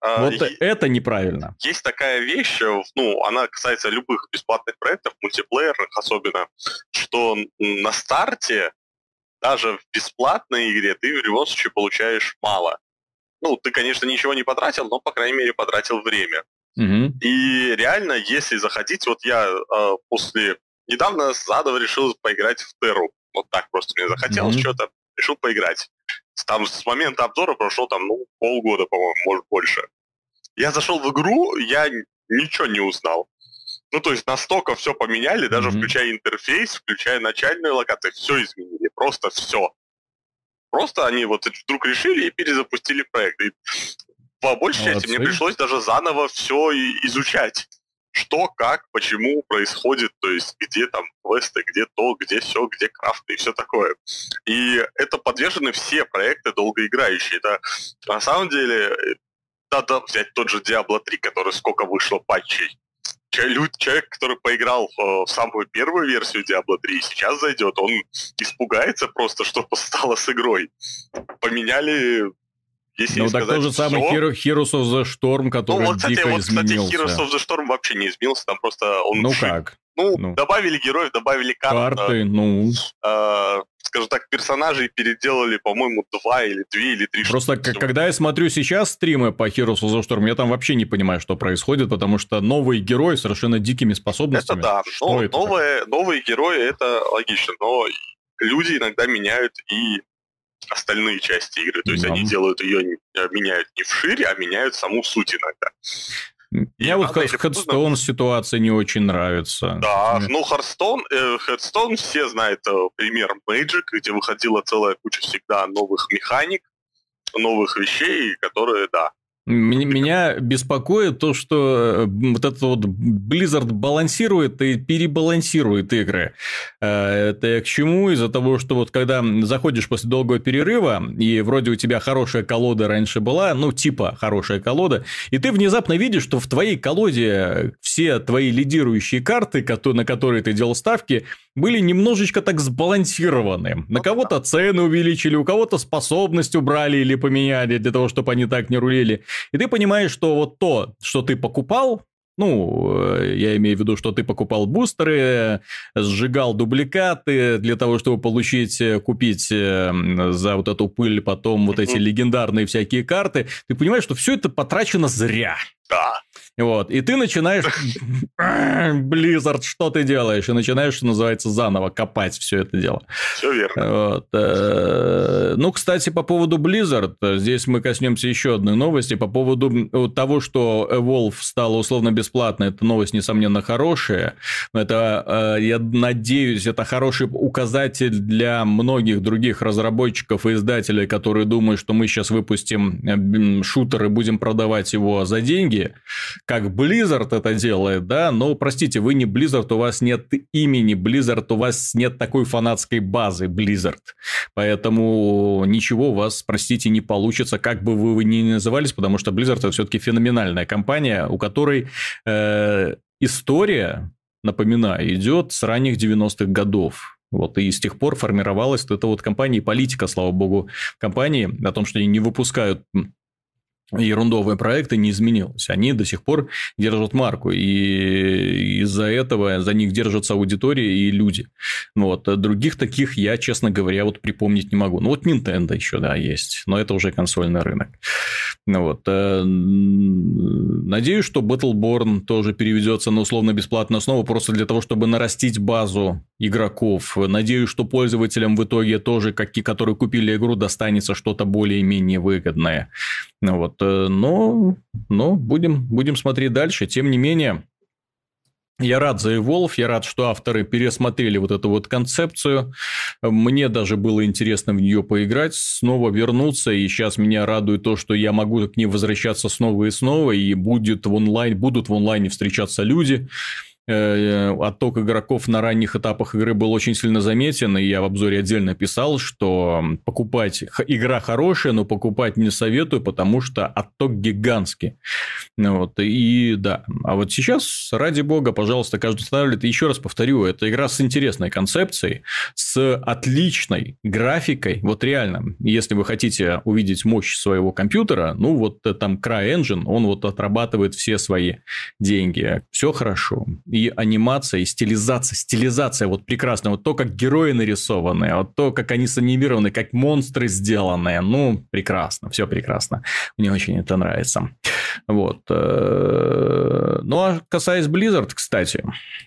Это неправильно. Есть такая вещь, она касается любых бесплатных проектов, мультиплеерных особенно, что на старте даже в бесплатной игре ты в любом случае получаешь мало. Ты, конечно, ничего не потратил, но, по крайней мере, потратил время. Угу. И реально, если заходить, вот я недавно заново решил поиграть в Терру. Вот так просто мне захотелось что-то, решил поиграть. Там с момента обзора прошло полгода, по-моему, может больше. Я зашел в игру, я ничего не узнал. То есть настолько все поменяли, даже включая интерфейс, включая начальную локацию, все изменили, просто все. Просто они вот вдруг решили и перезапустили проект. И по большей части мне пришлось даже заново все изучать. Что, как, почему происходит, то есть где там квесты, где то, где все, где крафты и все такое. И это подвержены все проекты долгоиграющие. Это на самом деле, надо взять тот же Diablo 3, который сколько вышло патчей. Человек, который поиграл в самую первую версию Diablo 3, сейчас зайдет, он испугается просто, что стало с игрой. Поменяли, если не сказать, так тот же самый Heroes of the Storm, который дико изменился. Кстати, Heroes of the Storm вообще не изменился, там просто он... как? Добавили героев, добавили карты. Скажем так, персонажей переделали, по-моему, 2 или 3 Просто когда я смотрю сейчас стримы по Heroes of the Storm, я там вообще не понимаю, что происходит, потому что новые герои с совершенно дикими способностями. Это да, новые герои, это логично, но люди иногда меняют и остальные части игры. То есть они делают ее, меняют не вширь, а меняют саму суть иногда. Мне вот Hearthstone ситуация не очень нравится. Да, Hearthstone все знают пример Magic, где выходила целая куча всегда новых механик, новых вещей, которые, да. Меня беспокоит то, что вот этот вот Blizzard балансирует и перебалансирует игры. Это к чему? Из-за того, что вот когда заходишь после долгого перерыва, и вроде у тебя хорошая колода раньше была, типа хорошая колода, и ты внезапно видишь, что в твоей колоде все твои лидирующие карты, на которые ты делал ставки, были немножечко так сбалансированы. На кого-то цены увеличили, у кого-то способность убрали или поменяли для того, чтобы они так не рулили. И ты понимаешь, что вот то, что ты покупал, я имею в виду, что ты покупал бустеры, сжигал дубликаты для того, чтобы купить за вот эту пыль потом вот эти легендарные всякие карты, ты понимаешь, что все это потрачено зря. Да. Вот. И ты начинаешь... Blizzard, что ты делаешь? И начинаешь, что называется, заново копать все это дело. Все верно. Вот. Ну, кстати, по поводу Blizzard, здесь мы коснемся еще одной новости. По поводу того, что Evolve стала условно бесплатной, эта новость, несомненно, хорошая. Это, я надеюсь, это хороший указатель для многих других разработчиков и издателей, которые думают, что мы сейчас выпустим шутер и будем продавать его за деньги, как Blizzard это делает, да, но, простите, вы не Blizzard, у вас нет имени Blizzard, у вас нет такой фанатской базы Blizzard, поэтому ничего у вас, простите, не получится, как бы вы ни назывались, потому что Blizzard это все-таки феноменальная компания, у которой история, напоминаю, идет с ранних 90-х годов. Вот, и с тех пор формировалась эта вот компания и политика, слава богу, компании о том, что они не выпускают ерундовые проекты, не изменилось. Они до сих пор держат марку, и из-за этого за них держатся аудитория и люди. Вот. Других таких я, честно говоря, вот припомнить не могу. Ну, вот Nintendo еще, да, есть, но это уже консольный рынок. Вот. Надеюсь, что Battleborn тоже переведется на условно-бесплатную основу, просто для того, чтобы нарастить базу игроков. Надеюсь, что пользователям в итоге тоже, которые купили игру, достанется что-то более-менее выгодное. Вот. Но будем смотреть дальше. Тем не менее, я рад за Evolve, я рад, что авторы пересмотрели вот эту вот концепцию. Мне даже было интересно в нее поиграть, снова вернуться. И сейчас меня радует то, что я могу к ней возвращаться снова и снова. И будут в онлайне встречаться люди. Отток игроков на ранних этапах игры был очень сильно заметен, и я в обзоре отдельно писал, что игра хорошая, но покупать не советую, потому что отток гигантский. Вот, и да, а вот сейчас, ради бога, пожалуйста, каждый устанавливает. И еще раз повторю, это игра с интересной концепцией, с отличной графикой, вот реально, если вы хотите увидеть мощь своего компьютера, ну вот там CryEngine, он вот отрабатывает все свои деньги, все хорошо. И анимация, и стилизация вот прекрасная, вот то, как герои нарисованы, вот то, как они санимированы, как монстры сделаны, ну, прекрасно, все прекрасно, мне очень это нравится, вот. Ну, а касаясь Blizzard, кстати,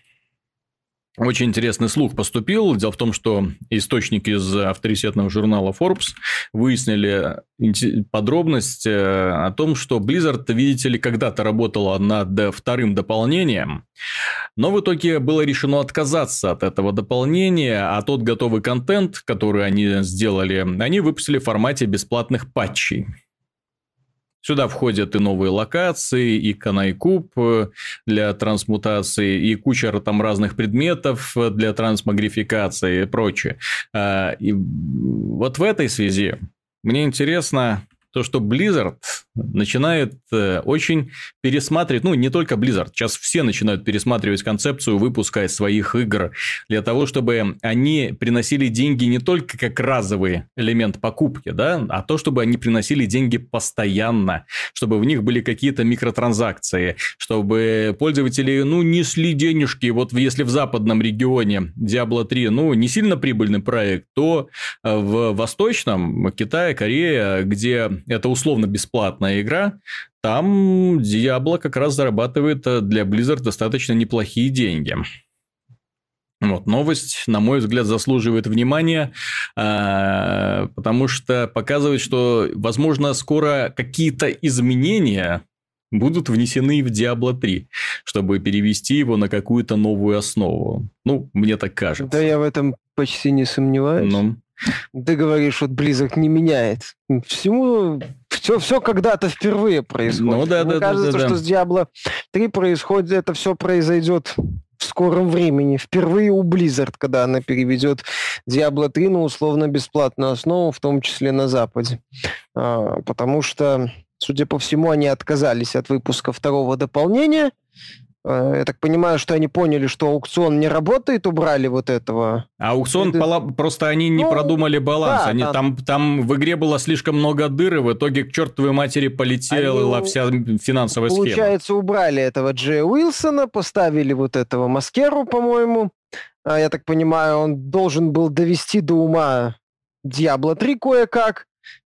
очень интересный слух поступил. Дело в том, что источники из авторитетного журнала Forbes выяснили подробность о том, что Blizzard, видите ли, когда-то работала над вторым дополнением, но в итоге было решено отказаться от этого дополнения, а тот готовый контент, который они сделали, они выпустили в формате бесплатных патчей. Сюда входят и новые локации, и канай-куб для трансмутации, и куча там разных предметов для трансмагрификации и прочее. И вот в этой связи мне интересно то, что Blizzard начинает очень пересматривать, ну, не только Blizzard, сейчас все начинают пересматривать концепцию выпуска своих игр для того, чтобы они приносили деньги не только как разовый элемент покупки, да, а то, чтобы они приносили деньги постоянно, чтобы в них были какие-то микротранзакции, чтобы пользователи, ну, несли денежки. Вот если в западном регионе Diablo 3, ну, не сильно прибыльный проект, то в восточном, Китае, Корее, где это условно бесплатная игра, там Diablo как раз зарабатывает для Blizzard достаточно неплохие деньги. Вот, новость, на мой взгляд, заслуживает внимания, потому что показывает, что, возможно, скоро какие-то изменения будут внесены в Diablo 3, чтобы перевести его на какую-то новую основу. Ну, мне так кажется. Да, я в этом почти не сомневаюсь. Ну. Ты говоришь, вот Blizzard не меняет. Все когда-то впервые происходит. Ну, да, Мне кажется, да. что с Diablo 3 происходит, это все произойдет в скором времени. Впервые у Blizzard, когда она переведет Diablo 3 на условно-бесплатную основу, в том числе на Западе. Потому что, судя по всему, они отказались от выпуска второго дополнения. Я так понимаю, что они поняли, что аукцион не работает, убрали вот этого. Аукцион, просто они не продумали баланс. Да, там в игре было слишком много дыр, и в итоге к чертовой матери полетела вся финансовая схема. Получается, убрали этого Джея Уилсона, поставили вот этого Маскеру, по-моему. Я так понимаю, он должен был довести до ума Diablo 3 кое-как.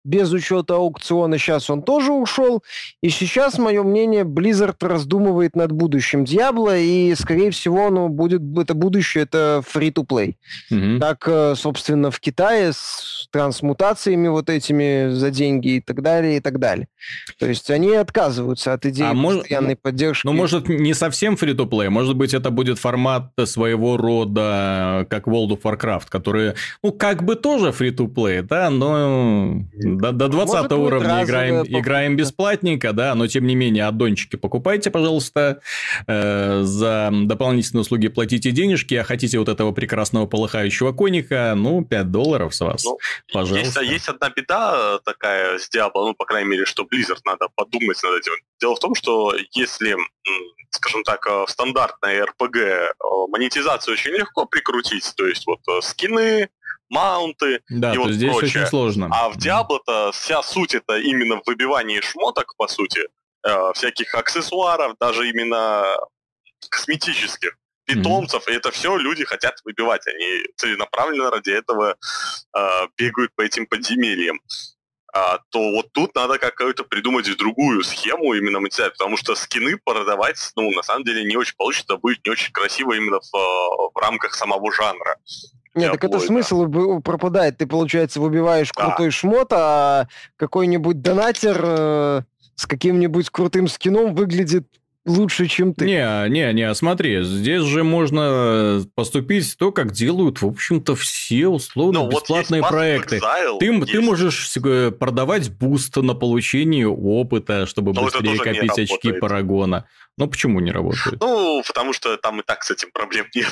без учета аукциона, сейчас он тоже ушел. И сейчас, мое мнение, Blizzard раздумывает над будущим Diablo, и, скорее всего, это будущее, это free-to-play. Как, собственно, в Китае с трансмутациями вот этими за деньги и так далее, и так далее. То есть они отказываются от идеи постоянной поддержки. Ну, может, не совсем free-to-play, может быть, это будет формат своего рода, как World of Warcraft, который, как бы тоже free-to-play, да, но до 20 уровня играем бесплатненько, да, но тем не менее аддончики покупайте, пожалуйста, за дополнительные услуги платите денежки, а хотите вот этого прекрасного полыхающего коника, $5 с вас, пожалуйста. Есть одна беда такая с Diablo, по крайней мере, что Blizzard надо подумать над этим. Дело в том, что если, скажем так, в стандартной RPG монетизацию очень легко прикрутить, то есть вот скины, маунты и вот здесь прочее. очень сложно. А в Diablo-то вся суть это именно в выбивании шмоток, по сути, всяких аксессуаров, даже именно косметических, питомцев, и это все люди хотят выбивать. Они целенаправленно ради этого бегают по этим подземельям. То вот тут надо какую-то придумать другую схему именно монетизации, потому что скины продавать, на самом деле не очень получится, будет не очень красиво именно в рамках самого жанра. Нет, так это смысл пропадает. Ты, получается, выбиваешь крутой шмот, а какой-нибудь донатер с каким-нибудь крутым скином выглядит лучше, чем ты. Не, смотри, здесь же можно поступить то, как делают, в общем-то, все условно-бесплатные проекты. Ты можешь продавать буст на получение опыта, чтобы быстрее копить очки Парагона. Почему не работает? Потому что там и так с этим проблем нет.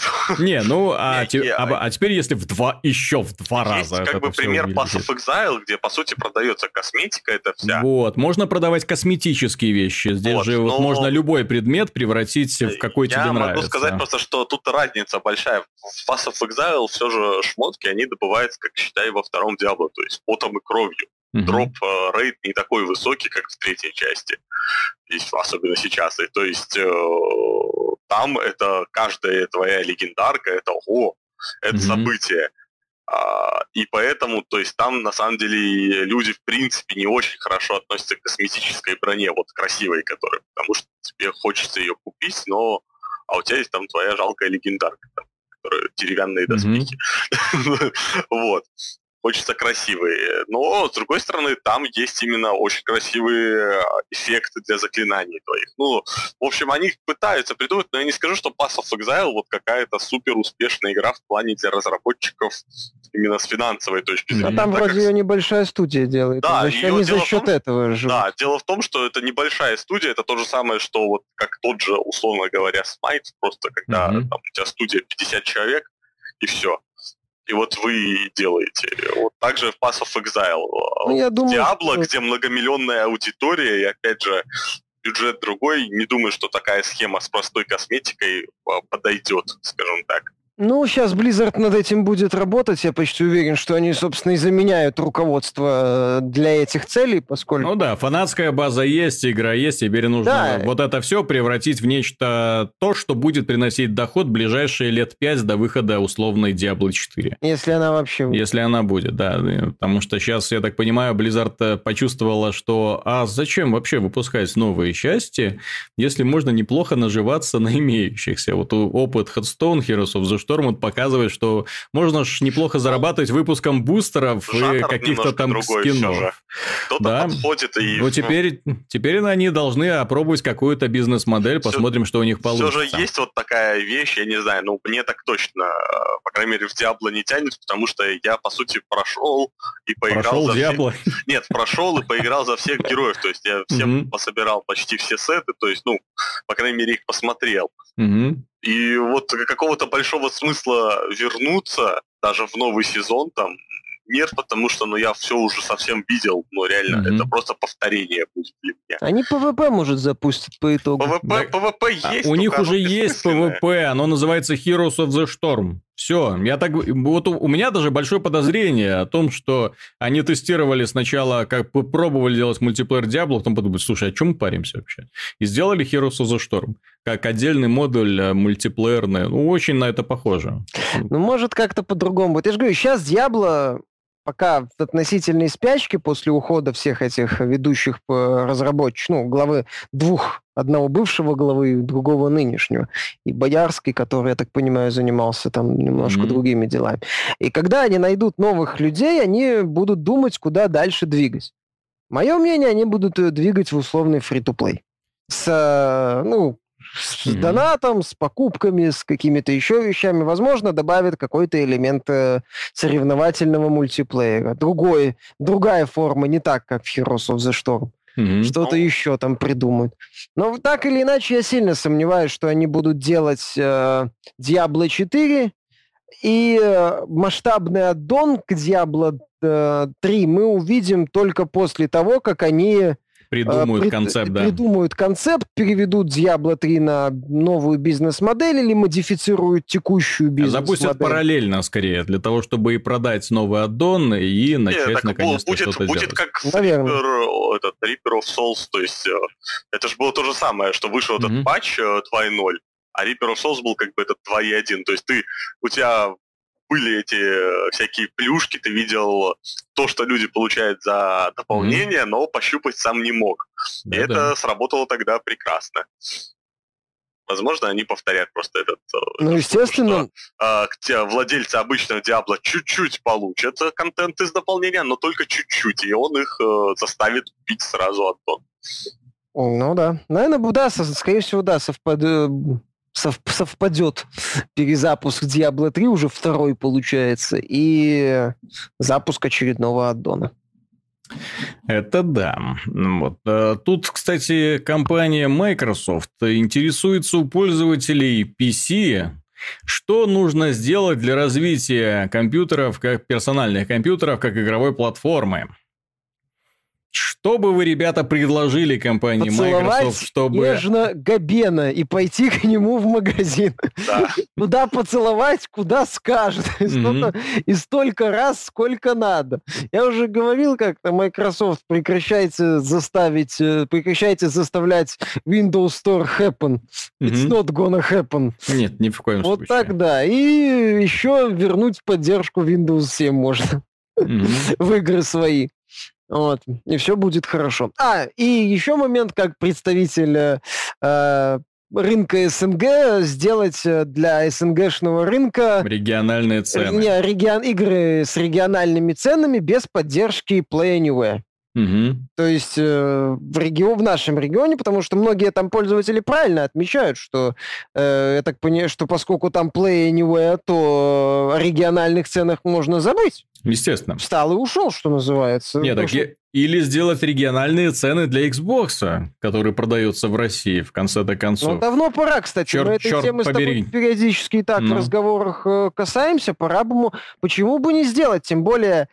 А теперь если еще в два раза. Есть как бы пример Pass of Exile, где, по сути, продается косметика, это вся. Можно продавать косметические вещи. Здесь можно любой предмет превратить в какой тебе нравится. Я могу сказать просто, что тут разница большая. В Pass of Exile все же шмотки, они добываются, как считай, во втором Diablo, то есть потом и кровью. Дроп-рейт не такой высокий, как в третьей части, особенно сейчас. И то есть там это каждая твоя легендарка, это событие. И поэтому, то есть там на самом деле люди в принципе не очень хорошо относятся к косметической броне, вот красивой, которой, потому что тебе хочется ее купить, а у тебя есть там твоя жалкая легендарка, которая деревянные доспехи. Вот. Хочется красивые. Но, с другой стороны, там есть именно очень красивые эффекты для заклинаний твоих. В общем, они пытаются придумать, но я не скажу, что Pass of Exile вот какая-то супер успешная игра в плане для разработчиков именно с финансовой точки зрения. А там вроде ее небольшая студия делает. Да, они за счет этого живут. Да, дело в том, что это небольшая студия, это то же самое, что вот как тот же, условно говоря, Smite, просто когда там, у тебя студия 50 человек, и все. И вот вы делаете. Вот так же в Pass of Exile. Diablo, где многомиллионная аудитория, и опять же, бюджет другой, не думаю, что такая схема с простой косметикой подойдет, скажем так. Сейчас Blizzard над этим будет работать. Я почти уверен, что они, собственно, и заменяют руководство для этих целей, поскольку... фанатская база есть, игра есть, теперь нужно вот это все превратить в нечто, то, что будет приносить доход ближайшие лет 5 до выхода условной Diablo 4. Если она вообще будет. Если она будет, да. Потому что сейчас, я так понимаю, Blizzard почувствовала, что зачем вообще выпускать новые части, если можно неплохо наживаться на имеющихся. Вот опыт Hearthstone, Heroes of the Storm показывает, что можно ж неплохо зарабатывать выпуском бустеров и каких-то там скинов. Кто-то подходит и... Теперь они должны опробовать какую-то бизнес-модель, посмотрим, что у них получится. Все же есть вот такая вещь, я не знаю, мне так точно, по крайней мере, в Diablo не тянет, потому что я, по сути, прошел и поиграл за Diablo? Нет, прошел и поиграл за всех героев, то есть я всем пособирал почти все сеты, то есть, по крайней мере, их посмотрел. И вот какого-то большого смысла вернуться даже в новый сезон там нет, потому что, я все уже совсем видел, реально, это просто повторение будет для меня. Они PvP, может, запустят по итогу. PvP есть. У них уже есть PvP, оно называется Heroes of the Storm. Все, у меня даже большое подозрение о том, что они тестировали сначала, как пробовали делать мультиплеер Diablo, потом подумали, слушай, о чем мы паримся вообще? И сделали Heroes of the Storm, как отдельный модуль мультиплеерный. Очень на это похоже. Может, как-то по-другому будет. Я же говорю, сейчас Diablo пока в относительной спячке после ухода всех этих ведущих разработчиков, главы одного бывшего главы, другого нынешнего, и Боярский, который, я так понимаю, занимался там немножко другими делами. И когда они найдут новых людей, они будут думать, куда дальше двигать. Мое мнение, они будут ее двигать в условный фри-то-плей. С донатом, с покупками, с какими-то еще вещами. Возможно, добавят какой-то элемент соревновательного мультиплеера. Другая форма, не так, как в Heroes of the Storm. Что-то еще там придумают. Но так или иначе, я сильно сомневаюсь, что они будут делать Diablo 4, и масштабный аддон к Diablo 3 мы увидим только после того, как они придумают концепт, переведут Diablo 3 на новую бизнес-модель или модифицируют текущую бизнес-модель. Запустят параллельно, скорее, для того, чтобы и продать новый аддон, и начать наконец-то что-то делать. Будет как Reaper of Souls, то есть это же было то же самое, что вышел этот патч 2.0, а Reaper of Souls был как бы этот 2.1, то есть у тебя были эти всякие плюшки, ты видел то, что люди получают за дополнение, но пощупать сам не мог. И это сработало тогда прекрасно. Возможно, они повторят просто этот... естественно. Что, владельцы обычного Diablo чуть-чуть получат контент из дополнения, но только чуть-чуть, и он их заставит купить сразу аддон. Ну да. Наверное, скорее всего, совпадет перезапуск Diablo 3, уже второй получается, и запуск очередного аддона. Это да. Тут, кстати, компания Microsoft интересуется у пользователей PC, что нужно сделать для развития компьютеров, как персональных компьютеров, как игровой платформы. Что бы вы, ребята, предложили компании Microsoft, чтобы... нежно Габена и пойти к нему в магазин. Да. Куда поцеловать, куда скажет. И столько раз, сколько надо. Я уже говорил как-то, Microsoft, прекращайте заставлять Windows Store happen. It's not gonna happen. Нет, ни в коем случае. Вот так, да. И еще вернуть поддержку Windows 7 можно в игры свои. Вот, и все будет хорошо. И еще момент, как представитель рынка СНГ, сделать для СНГшного рынка... региональные цены. Игры с региональными ценами без поддержки Play Anywhere. То есть в нашем регионе, потому что многие там пользователи правильно отмечают, что я так понимаю, что поскольку там Play Anywhere, то о региональных ценах можно забыть. Естественно. Встал и ушел, что называется. Нет, или сделать региональные цены для Xbox, который продается в России, в конце-то концов. Давно пора, кстати. Мы этой темы с тобой периодически и так в разговорах касаемся. Пора бы... Почему бы не сделать? Тем более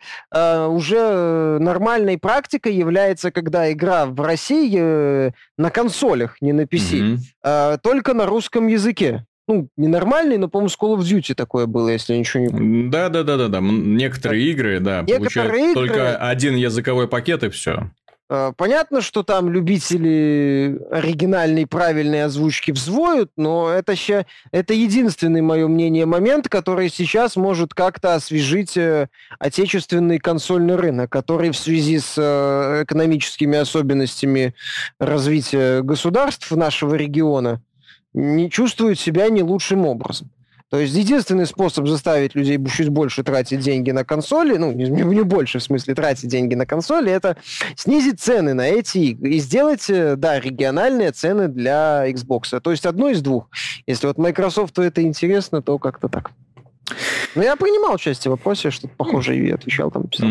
уже нормальной практикой является, когда игра в России на консолях, не на PC, только на русском языке. Ненормальный, но, по-моему, с Call of Duty такое было, если я ничего не помню. Да. Некоторые игры, получают только один языковой пакет, и все. Понятно, что там любители оригинальной, правильной озвучки взвоют, но это единственный, мое мнение, момент, который сейчас может как-то освежить отечественный консольный рынок, который в связи с экономическими особенностями развития государств нашего региона не чувствуют себя не лучшим образом. То есть единственный способ заставить людей чуть больше тратить деньги на консоли, не больше, в смысле, тратить деньги на консоли, это снизить цены на эти игры и сделать, региональные цены для Xbox. То есть одно из двух. Если вот Microsoft это интересно, то как-то так. Но я принимал участие в вопросе, что-то похожее и отвечал там, писал.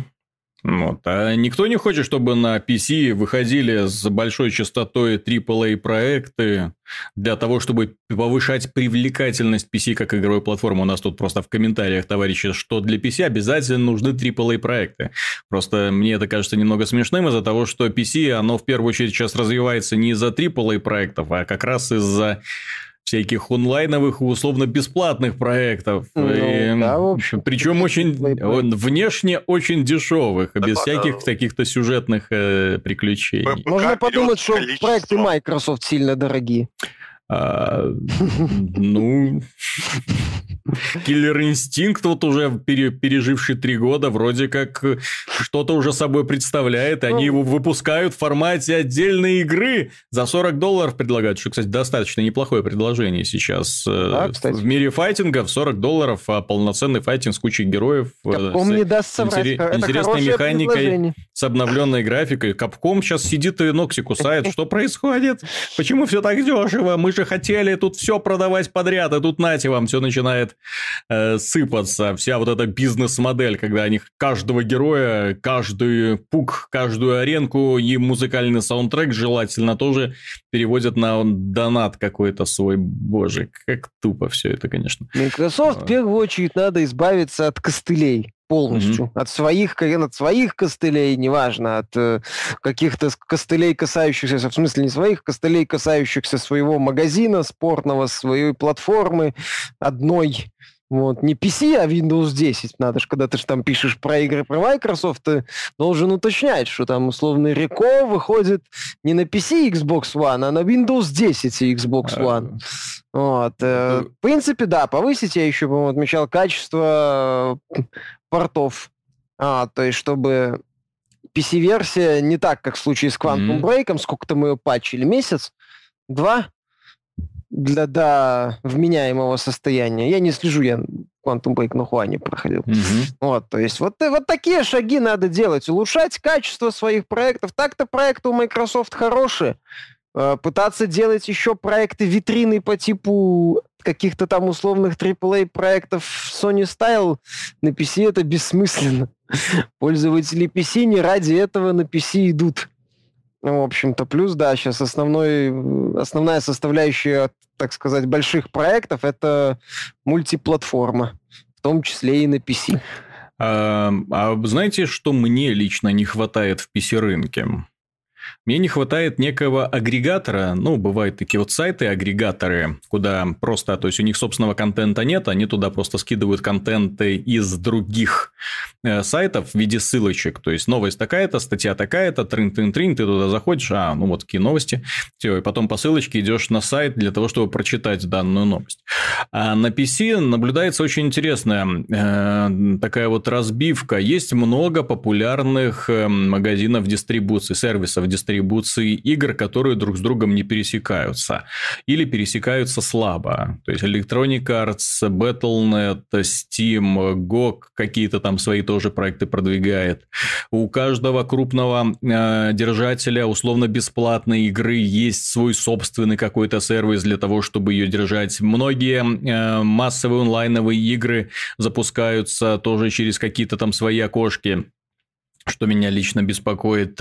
А никто не хочет, чтобы на PC выходили с большой частотой AAA проекты для того, чтобы повышать привлекательность PC как игровой платформы. У нас тут просто в комментариях, товарищи, что для PC обязательно нужны AAA проекты. Просто мне это кажется немного смешным из-за того, что PC, оно в первую очередь сейчас развивается не из-за AAA проектов, а как раз из-за всяких онлайновых и условно-бесплатных проектов. Причем внешне очень дешевых, без всяких таких-то сюжетных приключений. Можно подумать, что проекты Microsoft сильно дорогие. Ну, Killer Instinct, вот уже переживший 3 года, вроде как что-то уже собой представляет. Они его выпускают в формате отдельной игры за $40 предлагают, что, кстати, достаточно неплохое предложение сейчас. Да, в мире файтингов $40, а полноценный файтинг с кучей героев. Capcom не даст соврать. Интересной механикой, с обновленной графикой. Capcom сейчас сидит и ногти кусает. Что происходит? Почему все так дешево? Мы же хотели тут все продавать подряд, а тут нате вам, все начинает сыпаться. Вся вот эта бизнес-модель, когда они каждого героя, каждый пук, каждую аренку и музыкальный саундтрек желательно тоже переводят на донат какой-то свой. Боже, как тупо все это, конечно. Microsoft в первую очередь надо избавиться от костылей. Полностью. От своих костылей, неважно, от каких-то костылей, касающихся, в смысле не своих костылей, касающихся своего магазина спортного, своей платформы одной. Вот. Не PC, а Windows 10. Надо же, когда ты там пишешь про игры про Microsoft, ты должен уточнять, что там условно Reco выходит не на PC и Xbox One, а на Windows 10 и Xbox One. Вот. В принципе, да, повысить, я еще, по-моему, отмечал качество портов. То есть, чтобы PC-версия не так, как в случае с Quantum Break, сколько-то мы ее патчили, месяц, 2, до вменяемого состояния. Я не слежу, я Quantum Break на Хуане проходил. Вот, то есть вот такие шаги надо делать, улучшать качество своих проектов. Так-то проекты у Microsoft хорошие. Пытаться делать еще проекты витрины по типу каких-то там условных AAA проектов Sony Style на PC это бессмысленно. Пользователи PC не ради этого на PC идут. В общем-то, плюс, да, сейчас основная составляющая, так сказать, больших проектов это мультиплатформа, в том числе и на PC. Знаете, что мне лично не хватает в PC-рынке? Мне не хватает некого агрегатора, бывают такие вот сайты-агрегаторы, куда просто, то есть, у них собственного контента нет, они туда просто скидывают контенты из других сайтов в виде ссылочек, то есть, новость такая-то, статья такая-то, трин-трин-трин, ты туда заходишь, вот такие новости, все, и потом по ссылочке идешь на сайт для того, чтобы прочитать данную новость. А на PC наблюдается очень интересная такая вот разбивка, есть много популярных магазинов дистрибуции, сервисов дистрибуции игр, которые друг с другом не пересекаются. Или пересекаются слабо. То есть, Electronic Arts, Battle.net, Steam, GOG какие-то там свои тоже проекты продвигает. У каждого крупного держателя условно-бесплатной игры есть свой собственный какой-то сервис для того, чтобы ее держать. Многие массовые онлайновые игры запускаются тоже через какие-то там свои окошки, что меня лично беспокоит.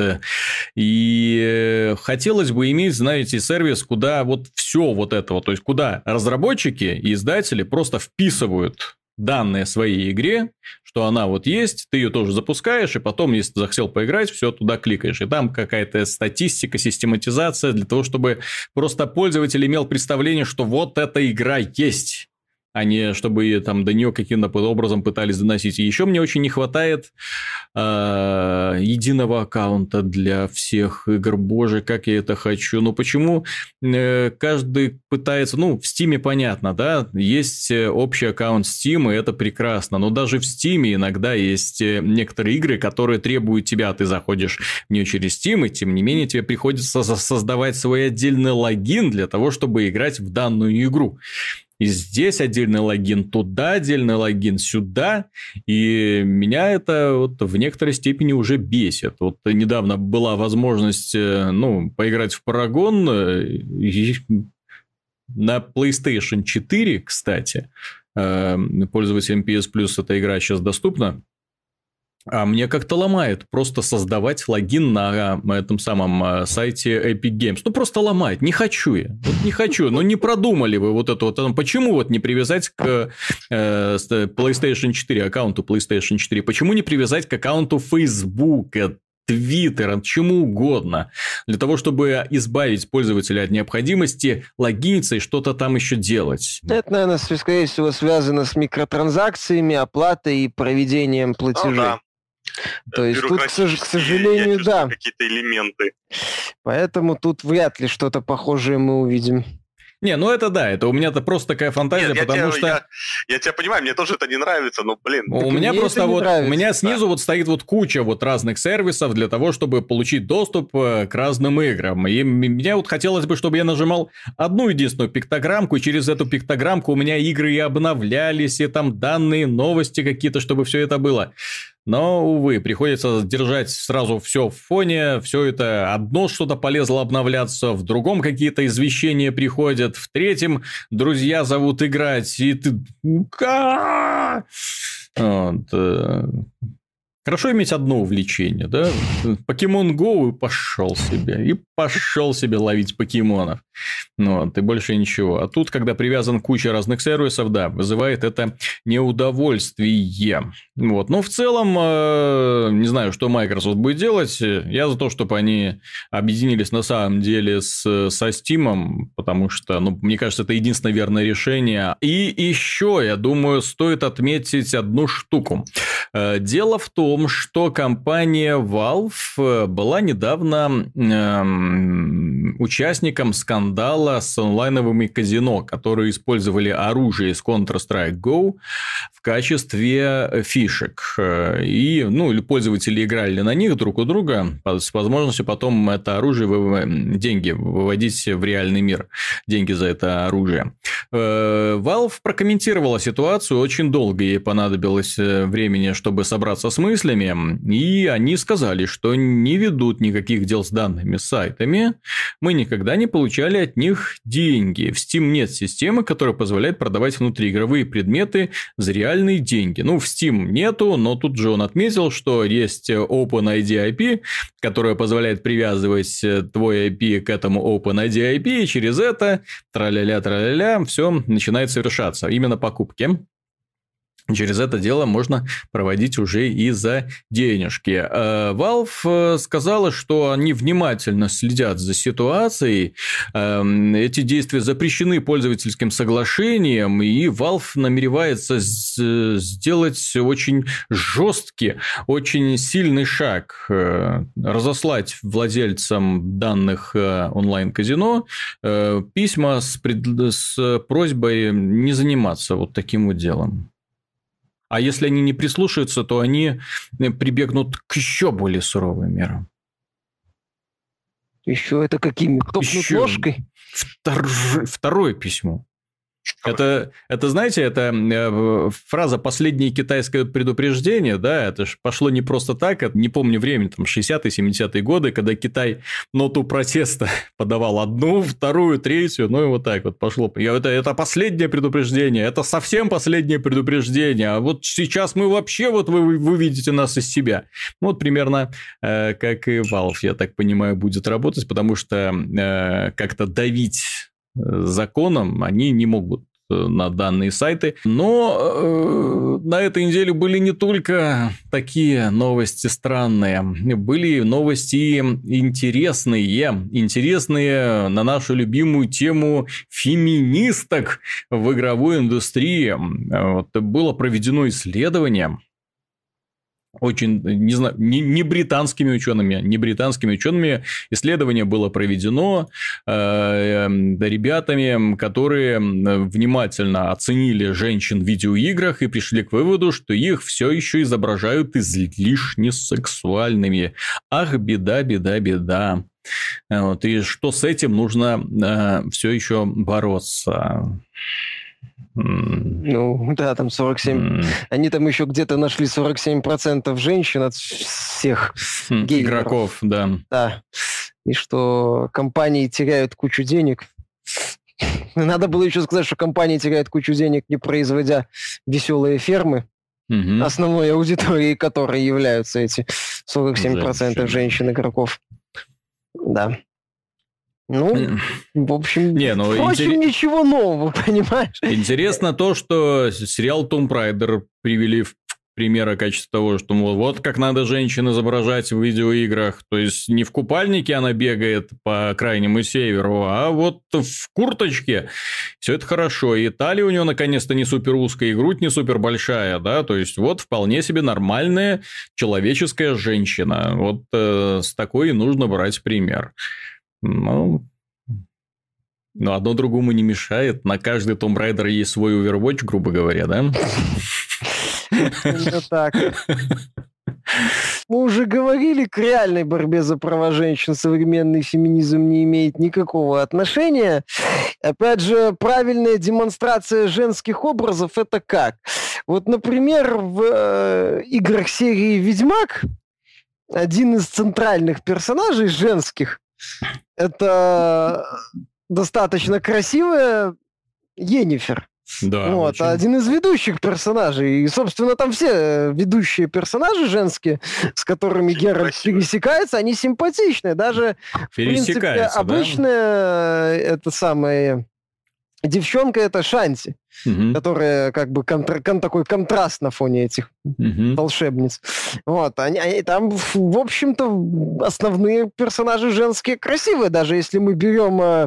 И хотелось бы иметь, знаете, сервис, куда вот все вот это вот, то есть, куда разработчики и издатели просто вписывают данные о своей игре, что она вот есть, ты ее тоже запускаешь, и потом, если захотел поиграть, все туда кликаешь. И там какая-то статистика, систематизация для того, чтобы просто пользователь имел представление, что вот эта игра есть, а не чтобы там до нее каким-то образом пытались доносить. И еще мне очень не хватает единого аккаунта для всех игр. Боже, как я это хочу. Почему каждый пытается... в Steam понятно, да? Есть общий аккаунт Steam, и это прекрасно. Но даже в Steam иногда есть некоторые игры, которые требуют тебя. Ты заходишь в нее через Steam, и тем не менее тебе приходится создавать свой отдельный логин для того, чтобы играть в данную игру. И здесь отдельный логин, туда отдельный логин, сюда. И меня это вот в некоторой степени уже бесит. Вот недавно была возможность поиграть в Paragon на PlayStation 4, кстати. Пользователям PS Plus эта игра сейчас доступна. А мне как-то ломает просто создавать логин на этом самом сайте Epic Games. Просто ломает. Не хочу я. Не хочу. Не продумали вы вот это вот. Почему вот не привязать к PlayStation 4, аккаунту PlayStation 4? Почему не привязать к аккаунту Facebook, Твиттер, чему угодно, для того, чтобы избавить пользователя от необходимости логиниться и что-то там еще делать? Это, наверное, скорее всего, связано с микротранзакциями, оплатой и проведением платежей. Да. То есть тут, к сожалению, да. Какие-то элементы. Поэтому тут вряд ли что-то похожее мы увидим. Не, ну это да, это у меня-то просто такая фантазия, Нет, потому что... Я тебя понимаю, мне тоже это не нравится, но, блин... У меня просто вот... У меня снизу вот стоит вот куча вот разных сервисов для того, чтобы получить доступ к разным играм. И мне вот хотелось бы, чтобы я нажимал одну единственную пиктограммку, и через эту пиктограммку у меня игры и обновлялись, и там данные, новости какие-то, чтобы все это было. Но, увы, приходится держать сразу все в фоне, все это одно что-то полезло обновляться, в другом какие-то извещения приходят, в третьем друзья зовут играть, и ты... Вот. Хорошо иметь одно увлечение, да? Покемон Go и пошел себе ловить покемонов. Вот, и больше ничего. А тут, когда привязан к куче разных сервисов, да, вызывает это неудовольствие. Вот. Но в целом, не знаю, что Microsoft будет делать. Я за то, чтобы они объединились на самом деле со Steam, потому что, мне кажется, это единственное верное решение. И еще, я думаю, стоит отметить одну штуку. Дело в том, что компания Valve была недавно участником скандала с онлайновыми казино, которые использовали оружие из Counter-Strike Go в качестве фишек. И, пользователи играли на них друг у друга с возможностью потом это оружие, деньги выводить в реальный мир. Деньги за это оружие. Valve прокомментировала ситуацию. Очень долго ей понадобилось времени, чтобы собраться с мыслями. И они сказали, что не ведут никаких дел с данными сайтами. Мы никогда не получали от них деньги. В Steam нет системы, которая позволяет продавать внутриигровые предметы за реальные деньги. В Steam нету, но тут же он отметил, что есть OpenID IP, которая позволяет привязывать твой IP к этому OpenID IP, и через это траля-ля, все начинает совершаться. Именно покупки. Через это дело можно проводить уже и за денежки. Valve сказала, что они внимательно следят за ситуацией. Эти действия запрещены пользовательским соглашением, и Valve намеревается сделать очень жесткий, очень сильный шаг. Разослать владельцам данных онлайн-казино письма с просьбой не заниматься вот таким вот делом. А если они не прислушаются, то они прибегнут к еще более суровым мерам. Еще это какими? Топнут ножкой? Второе письмо. Это, знаете, это фраза «последнее китайское предупреждение», да, это же пошло не просто так, не помню время, там, 60-е, 70-е годы, когда Китай ноту протеста подавал одну, вторую, третью, и вот так вот пошло. Это последнее предупреждение, это совсем последнее предупреждение, а вот сейчас мы вообще, вот вы выведете нас из себя. Вот примерно как и Valve, я так понимаю, будет работать, потому что как-то давить законом они не могут на данные сайты. Но на этой неделе были не только такие новости странные, были новости интересные на нашу любимую тему феминисток в игровой индустрии. Вот, было проведено исследование. Очень, не знаю, не британскими учеными исследование было проведено ребятами, которые внимательно оценили женщин в видеоиграх и пришли к выводу, что их все еще изображают излишне сексуальными. Ах, беда. Вот, и что с этим нужно все еще бороться. Да, там 47. Они там еще где-то нашли 47% женщин от всех геймеров. Игроков, да. Да. И что компании теряют кучу денег. Надо было еще сказать, что компании теряют кучу денег, не производя веселые фермы, основной аудиторией которой являются эти 47% женщин-игроков. Да. В общем, ничего нового, понимаешь? Интересно то, что сериал Tomb Raider привели в пример качества того, что вот как надо женщин изображать в видеоиграх. То есть, не в купальнике она бегает по крайнему северу, а вот в курточке. Все это хорошо. И талия у нее наконец-то не супер узкая, и грудь не супер большая, да. То есть, вот вполне себе нормальная человеческая женщина. Вот с такой нужно брать пример. Но одно другому не мешает. На каждый Tomb Raider есть свой Overwatch, грубо говоря, да? Именно так. Мы уже говорили, к реальной борьбе за права женщин современный феминизм не имеет никакого отношения. Опять же, правильная демонстрация женских образов – это как? Вот, например, в играх серии «Ведьмак» один из центральных персонажей женских – это достаточно красивая Йеннифер. Да, вот, очень. один из ведущих персонажей. И, собственно, там все ведущие персонажи женские, с которыми Очень Геральт красиво. пересекается, они симпатичные. Даже, в принципе, Пересекается, да? обычная это самая девчонка это Шанти, Мгм. которая как бы такой контраст на фоне этих Мгм. волшебниц. Вот, они там, в общем-то, основные персонажи женские красивые. Даже если мы берем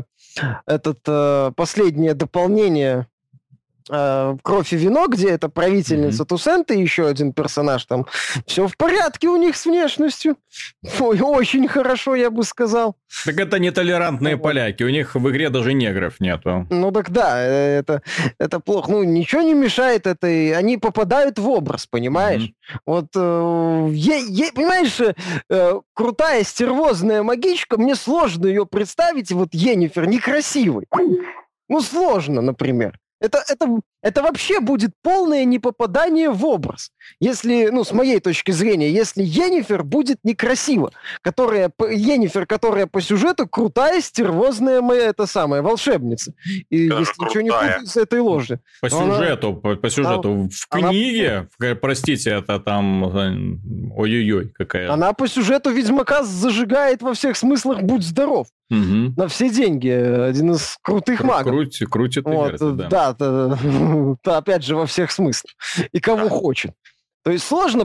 последнее дополнение «Кровь и вино», где это правительница Тусента и еще один персонаж, там все в порядке у них с внешностью. Ой, очень хорошо, я бы сказал. Так это нетолерантные Вот. поляки. У них в игре даже негров нету. Ну так да, это плохо. Ну, ничего не мешает этой... Они попадают в образ, понимаешь? Вот, понимаешь, крутая стервозная магичка, мне сложно ее представить, вот Йеннифер, некрасивой. Ну, сложно, например. Это вообще будет полное непопадание в образ. Если, ну, с моей точки зрения, если Йеннифер будет некрасива, Йеннифер, которая по сюжету крутая, стервозная волшебница. И Даже если ничего не крутая. путать с этой ложью. По Но она- сюжету, по сюжету. В она- книге, простите, это там... Ой-ой-ой, какая... Она по сюжету Ведьмака зажигает во всех смыслах «Будь здоров». Мгм. На все деньги. Один из крутых магов. Крутит Вот, игры, да. да, опять же, во всех смыслах. И кого хочет. То есть сложно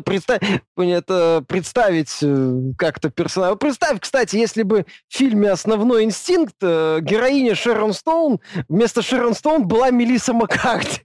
представить как-то персонажа. Представь, кстати, если бы в фильме «Основной инстинкт» героиня Шерон Стоун вместо Шерон Стоун была Мелисса Маккарти.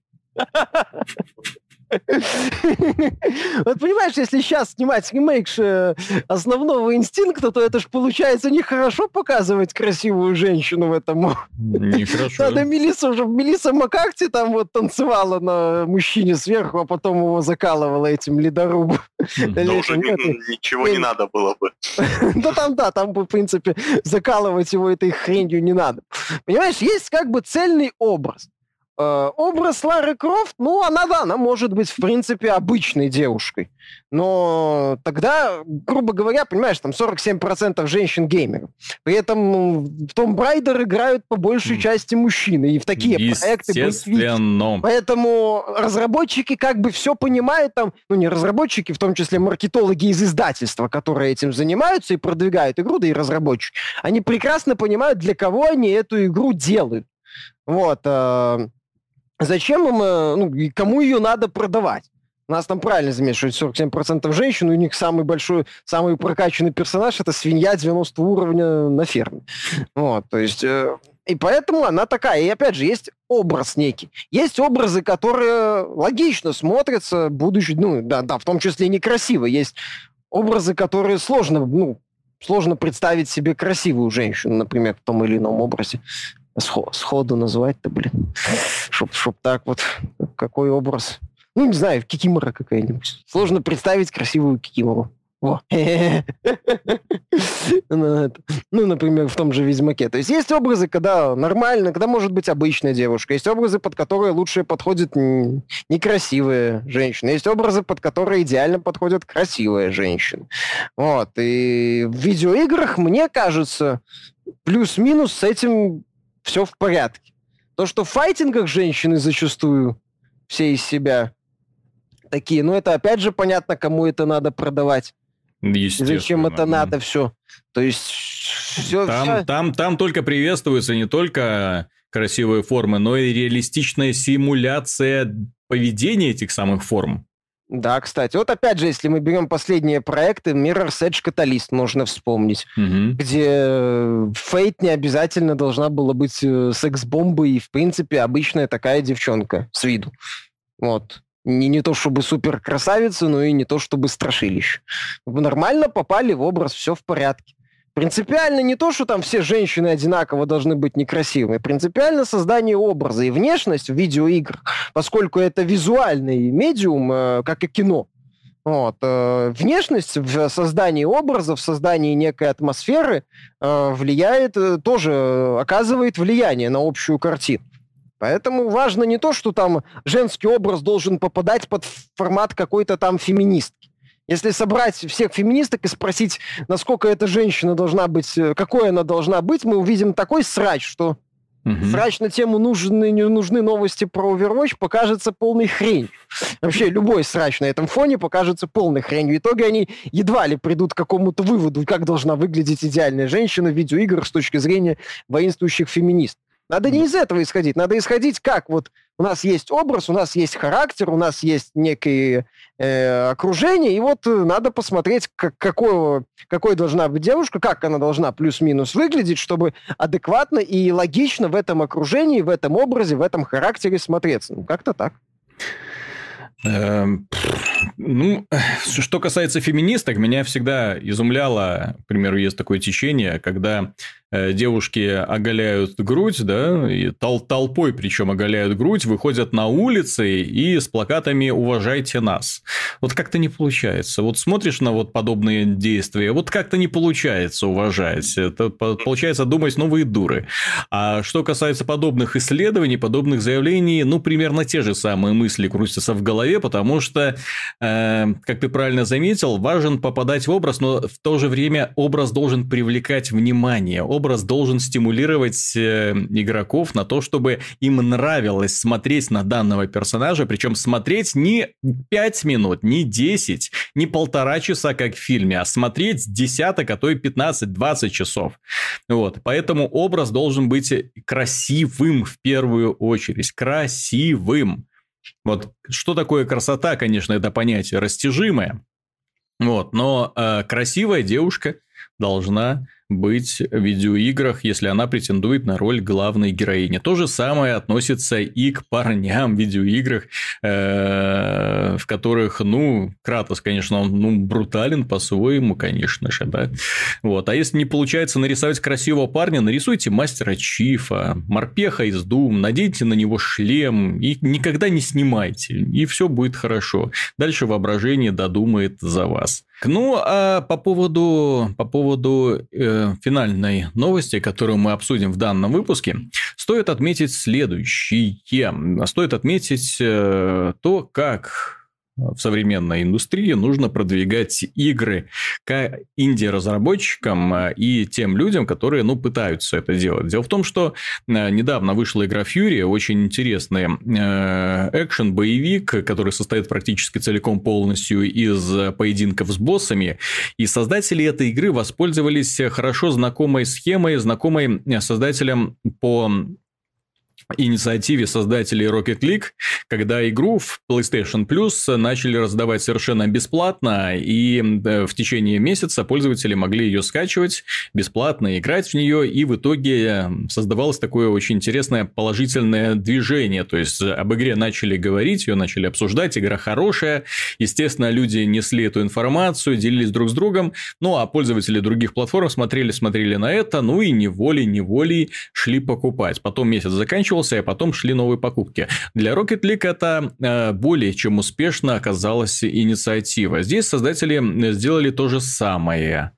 Вот понимаешь, если сейчас снимать ремейк «Основного инстинкта», то это ж получается нехорошо показывать красивую женщину в этом. Нехорошо. Надо Мелисса Маккарти там вот танцевала на мужчине сверху, а потом его закалывала этим ледорубом. Да уже ничего не надо было бы. Там, в принципе, закалывать его этой хренью не надо. Понимаешь, есть как бы цельный образ. Образ Лары Крофт, ну, она может быть, в принципе, обычной девушкой. Но тогда, грубо говоря, понимаешь, там 47% женщин-геймеров. При этом в Tomb Raider играют по большей части мужчины. И в такие проекты быть видеть. Естественно. Поэтому разработчики как бы все понимают там, ну, не разработчики, в том числе маркетологи из издательства, которые этим занимаются и продвигают игру, да и разработчики. Они прекрасно понимают, для кого они эту игру делают. Вот. Зачем им, и кому ее надо продавать? У нас там правильно заметили, что 47% женщин, у них самый прокачанный персонаж – это свинья 90 уровня на ферме. Вот, то есть, и поэтому она такая. И опять же, есть образ некий. Есть образы, которые логично смотрятся, будучи, в том числе некрасиво. Есть образы, которые сложно представить себе красивую женщину, например, в том или ином образе. Сходу назвать-то, блин. Чтоб так вот, какой образ. Ну, не знаю, Кикимора какая-нибудь. Сложно представить красивую Кикимору. Во. Ну, например, в том же «Ведьмаке». То есть есть образы, когда нормально, когда может быть обычная девушка. Есть образы, под которые лучше подходят некрасивые женщины. Есть образы, под которые идеально подходят красивые женщины. Вот. И в видеоиграх, мне кажется, плюс-минус с этим все в порядке. То, что в файтингах женщины зачастую все из себя такие, это опять же понятно, кому это надо продавать. Зачем это надо все. То есть все... Там только приветствуется не только красивые формы, но и реалистичная симуляция поведения этих самых форм. Да, кстати. Вот опять же, если мы берем последние проекты, Mirror's Edge Catalyst можно вспомнить, где Фейт не обязательно должна была быть секс-бомбой и, в принципе, обычная такая девчонка с виду. Вот. Не то чтобы супер красавица, но и не то чтобы страшилище. Нормально попали в образ, все в порядке. Принципиально не то, что там все женщины одинаково должны быть некрасивыми. Принципиально создание образа и внешность в видеоиграх, поскольку это визуальный медиум, как и кино. Вот. Внешность в создании образа, в создании некой атмосферы влияет, тоже оказывает влияние на общую картину. Поэтому важно не то, что там женский образ должен попадать под формат какой-то там феминистки. Если собрать всех феминисток и спросить, насколько эта женщина должна быть, какой она должна быть, мы увидим такой срач, что срач на тему нужны, не нужны новости про Overwatch покажется полной хрень. Вообще любой срач на этом фоне покажется полной хрень. В итоге они едва ли придут к какому-то выводу, как должна выглядеть идеальная женщина в видеоиграх с точки зрения воинствующих феминистов. Надо не из этого исходить, надо исходить, как вот у нас есть образ, у нас есть характер, у нас есть некое окружение, и вот надо посмотреть, какой должна быть девушка, как она должна плюс-минус выглядеть, чтобы адекватно и логично в этом окружении, в этом образе, в этом характере смотреться. Ну, как-то так. Ну, что касается феминисток, меня всегда изумляло, к примеру, есть такое течение, когда девушки оголяют грудь, да, и толпой причем оголяют грудь, выходят на улицы и с плакатами «Уважайте нас». Вот как-то не получается. Вот смотришь на вот подобные действия, вот как-то не получается уважать. Это получается думать новые дуры. А что касается подобных исследований, подобных заявлений, ну, примерно те же самые мысли крутятся в голове, потому что, как ты правильно заметил, важен попадать в образ, но в то же время образ должен привлекать внимание. Образ должен стимулировать игроков на то, чтобы им нравилось смотреть на данного персонажа, причем смотреть не 5 минут, не 10, не 1,5 часа, как в фильме, а смотреть десяток, а то и 15-20 часов. Вот. Поэтому образ должен быть красивым в первую очередь. Красивым. Вот что такое красота, конечно, это понятие растяжимое. Вот. Но красивая девушка должна быть в видеоиграх, если она претендует на роль главной героини. То же самое относится и к парням в видеоиграх, в которых, ну, Кратос, конечно, он брутален по-своему, конечно же, да. Вот. А если не получается нарисовать красивого парня, нарисуйте мастера Чифа, морпеха из Doom, наденьте на него шлем и никогда не снимайте, и все будет хорошо. Дальше воображение додумает за вас. Ну, а по поводу финальной новости, которую мы обсудим в данном выпуске, стоит отметить следующее. Стоит отметить то, как в современной индустрии нужно продвигать игры к инди-разработчикам и тем людям, которые, ну, пытаются это делать. Дело в том, что недавно вышла игра Fury, очень интересный экшен-боевик, который состоит практически целиком полностью из поединков с боссами, и создатели этой игры воспользовались хорошо знакомой схемой, знакомой создателям по инициативе создателей Rocket League, когда игру в PlayStation Plus начали раздавать совершенно бесплатно, и в течение месяца пользователи могли ее скачивать бесплатно, играть в нее, и в итоге создавалось такое очень интересное положительное движение, то есть об игре начали говорить, ее начали обсуждать, игра хорошая, естественно, люди несли эту информацию, делились друг с другом, ну а пользователи других платформ смотрели на это, ну и неволей шли покупать. Потом месяц заканчивался, а потом шли новые покупки. Для Rocket League это более чем успешно оказалась инициатива. Здесь создатели сделали то же самое.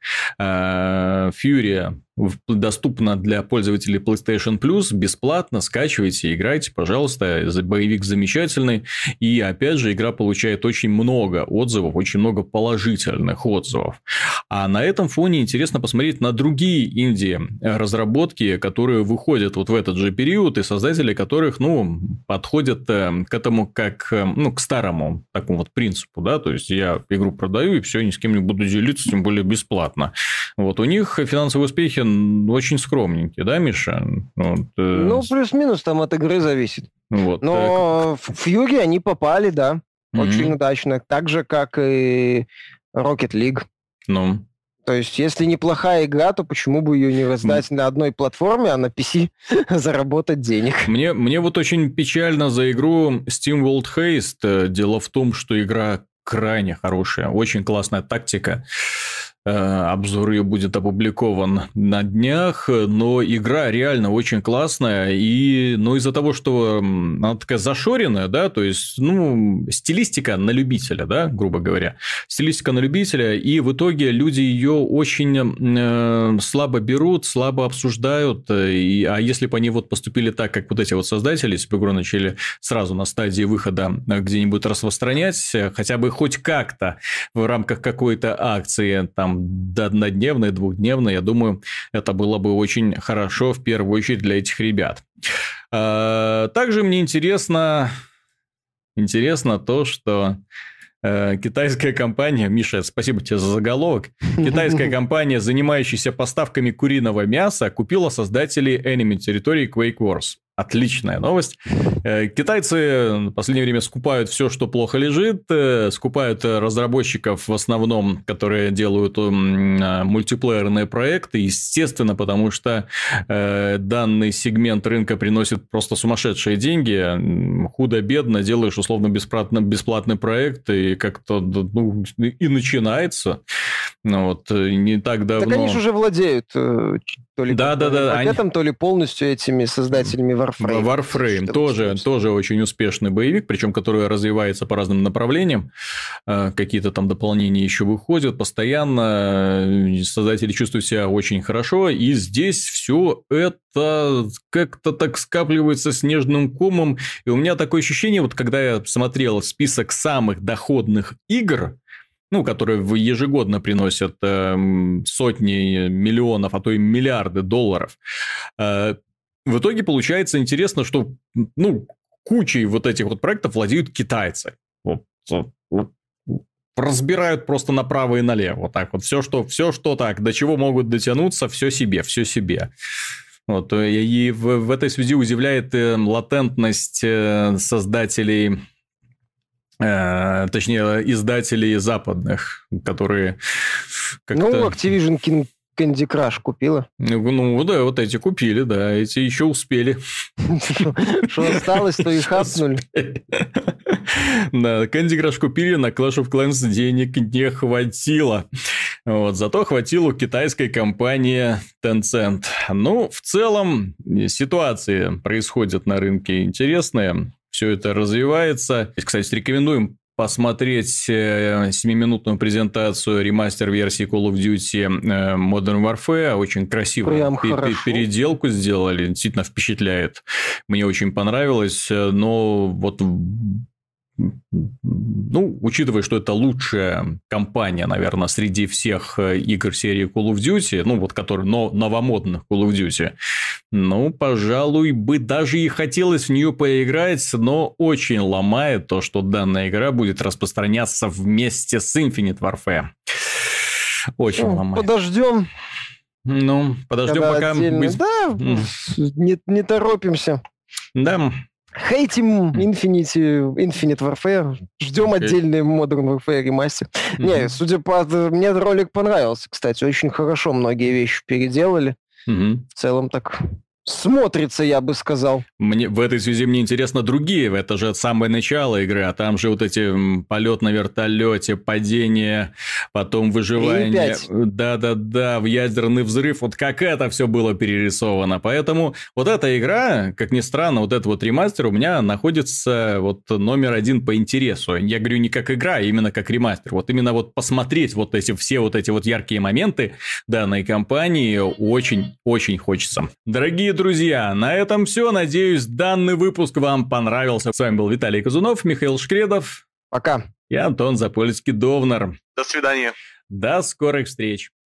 Fury доступна для пользователей PlayStation Plus бесплатно, скачивайте, играйте, пожалуйста, боевик замечательный, и опять же игра получает очень много отзывов, очень много положительных отзывов. А на этом фоне интересно посмотреть на другие инди-разработки, которые выходят вот в этот же период, и создатели которых, ну, подходят к этому как, ну, к старому такому вот принципу, да, то есть я игру продаю и все, ни с кем не буду делиться, тем более бесплатно. Вот у них финансовые успехи очень скромненькие, да, Миша? Вот, ну, плюс-минус там от игры зависит. Вот, но в Фьюри они попали, да, очень удачно. Так же, как и Rocket League. Ну. То есть, если неплохая игра, то почему бы ее не раздать на одной платформе, а на PC заработать денег? Мне вот очень печально за игру Steam World Heist. Дело в том, что игра крайне хорошая, очень классная тактика. Обзор ее будет опубликован на днях, но игра реально очень классная, и, из-за того, что она такая зашоренная, да, то есть, стилистика на любителя, да, грубо говоря, стилистика на любителя, и в итоге люди ее очень слабо берут, слабо обсуждают, а если бы они поступили так, как вот эти создатели, если бы игру начали сразу на стадии выхода где-нибудь распространять, хотя бы хоть как-то в рамках какой-то акции, там, однодневной, двухдневной, я думаю, это было бы очень хорошо, в первую очередь, для этих ребят. Также мне интересно то, что китайская компания, Миша, спасибо тебе за заголовок, китайская компания, занимающаяся поставками куриного мяса, купила создателей Enemy Territory Quake Wars. Отличная новость. Китайцы в последнее время скупают все, что плохо лежит, скупают разработчиков в основном, которые делают мультиплеерные проекты, естественно, потому что данный сегмент рынка приносит просто сумасшедшие деньги. Худо-бедно делаешь условно бесплатный проект, и как-то и начинается. Не так давно... Так они же уже владеют то ли пакетом, то ли полностью этими создателями Warframe. Warframe тоже очень успешный боевик, причем который развивается по разным направлениям. Какие-то там дополнения еще выходят постоянно. Создатели чувствуют себя очень хорошо. И здесь все это как-то так скапливается снежным комом. И у меня такое ощущение, когда я смотрел список самых доходных игр, которые ежегодно приносят сотни миллионов, а то и миллиарды долларов. В итоге получается интересно, что кучей этих проектов владеют китайцы. Разбирают просто направо и налево. Вот так вот. Все, что так, до чего могут дотянуться, все себе. И в этой связи удивляет латентность создателей... Точнее, издателей западных, которые как-то... Activision Candy Crush купила. Да, эти купили, да, эти еще успели. Что осталось, то и хапнули. Да, Candy Crush купили, на Clash of Clans денег не хватило. Зато хватило у китайской компании Tencent. В целом, ситуации происходят на рынке интересные. Все это развивается. Кстати, рекомендуем посмотреть 7-минутную презентацию ремастер-версии Call of Duty Modern Warfare. Очень красивую переделку сделали. Действительно впечатляет. Мне очень понравилось. Но учитывая, что это лучшая компания, наверное, среди всех игр серии Call of Duty, которые новомодных Call of Duty, пожалуй, бы даже и хотелось в нее поиграть, но очень ломает то, что данная игра будет распространяться вместе с Infinite Warfare. Очень ломает. Подождем. Подождем, пока... Да, не торопимся. Да. Хейтим Infinite Warfare. Ждем отдельный Modern Warfare ремастер. Мне ролик понравился, кстати. Очень хорошо многие вещи переделали. В целом так смотрится, я бы сказал. В этой связи мне интересно другие. Это же самое начало игры, а там же эти полет на вертолете, падение, потом выживание. Да, в ядерный взрыв. Как это все было перерисовано. Поэтому эта игра, как ни странно, этот ремастер у меня находится номер один по интересу. Я говорю не как игра, а именно как ремастер. Именно посмотреть все эти яркие моменты данной кампании очень-очень хочется. Дорогие друзья, на этом все. Надеюсь, данный выпуск вам понравился. С вами был Виталий Казунов, Михаил Шкредов. Пока. И Антон Запольский-Довнар. До свидания. До скорых встреч.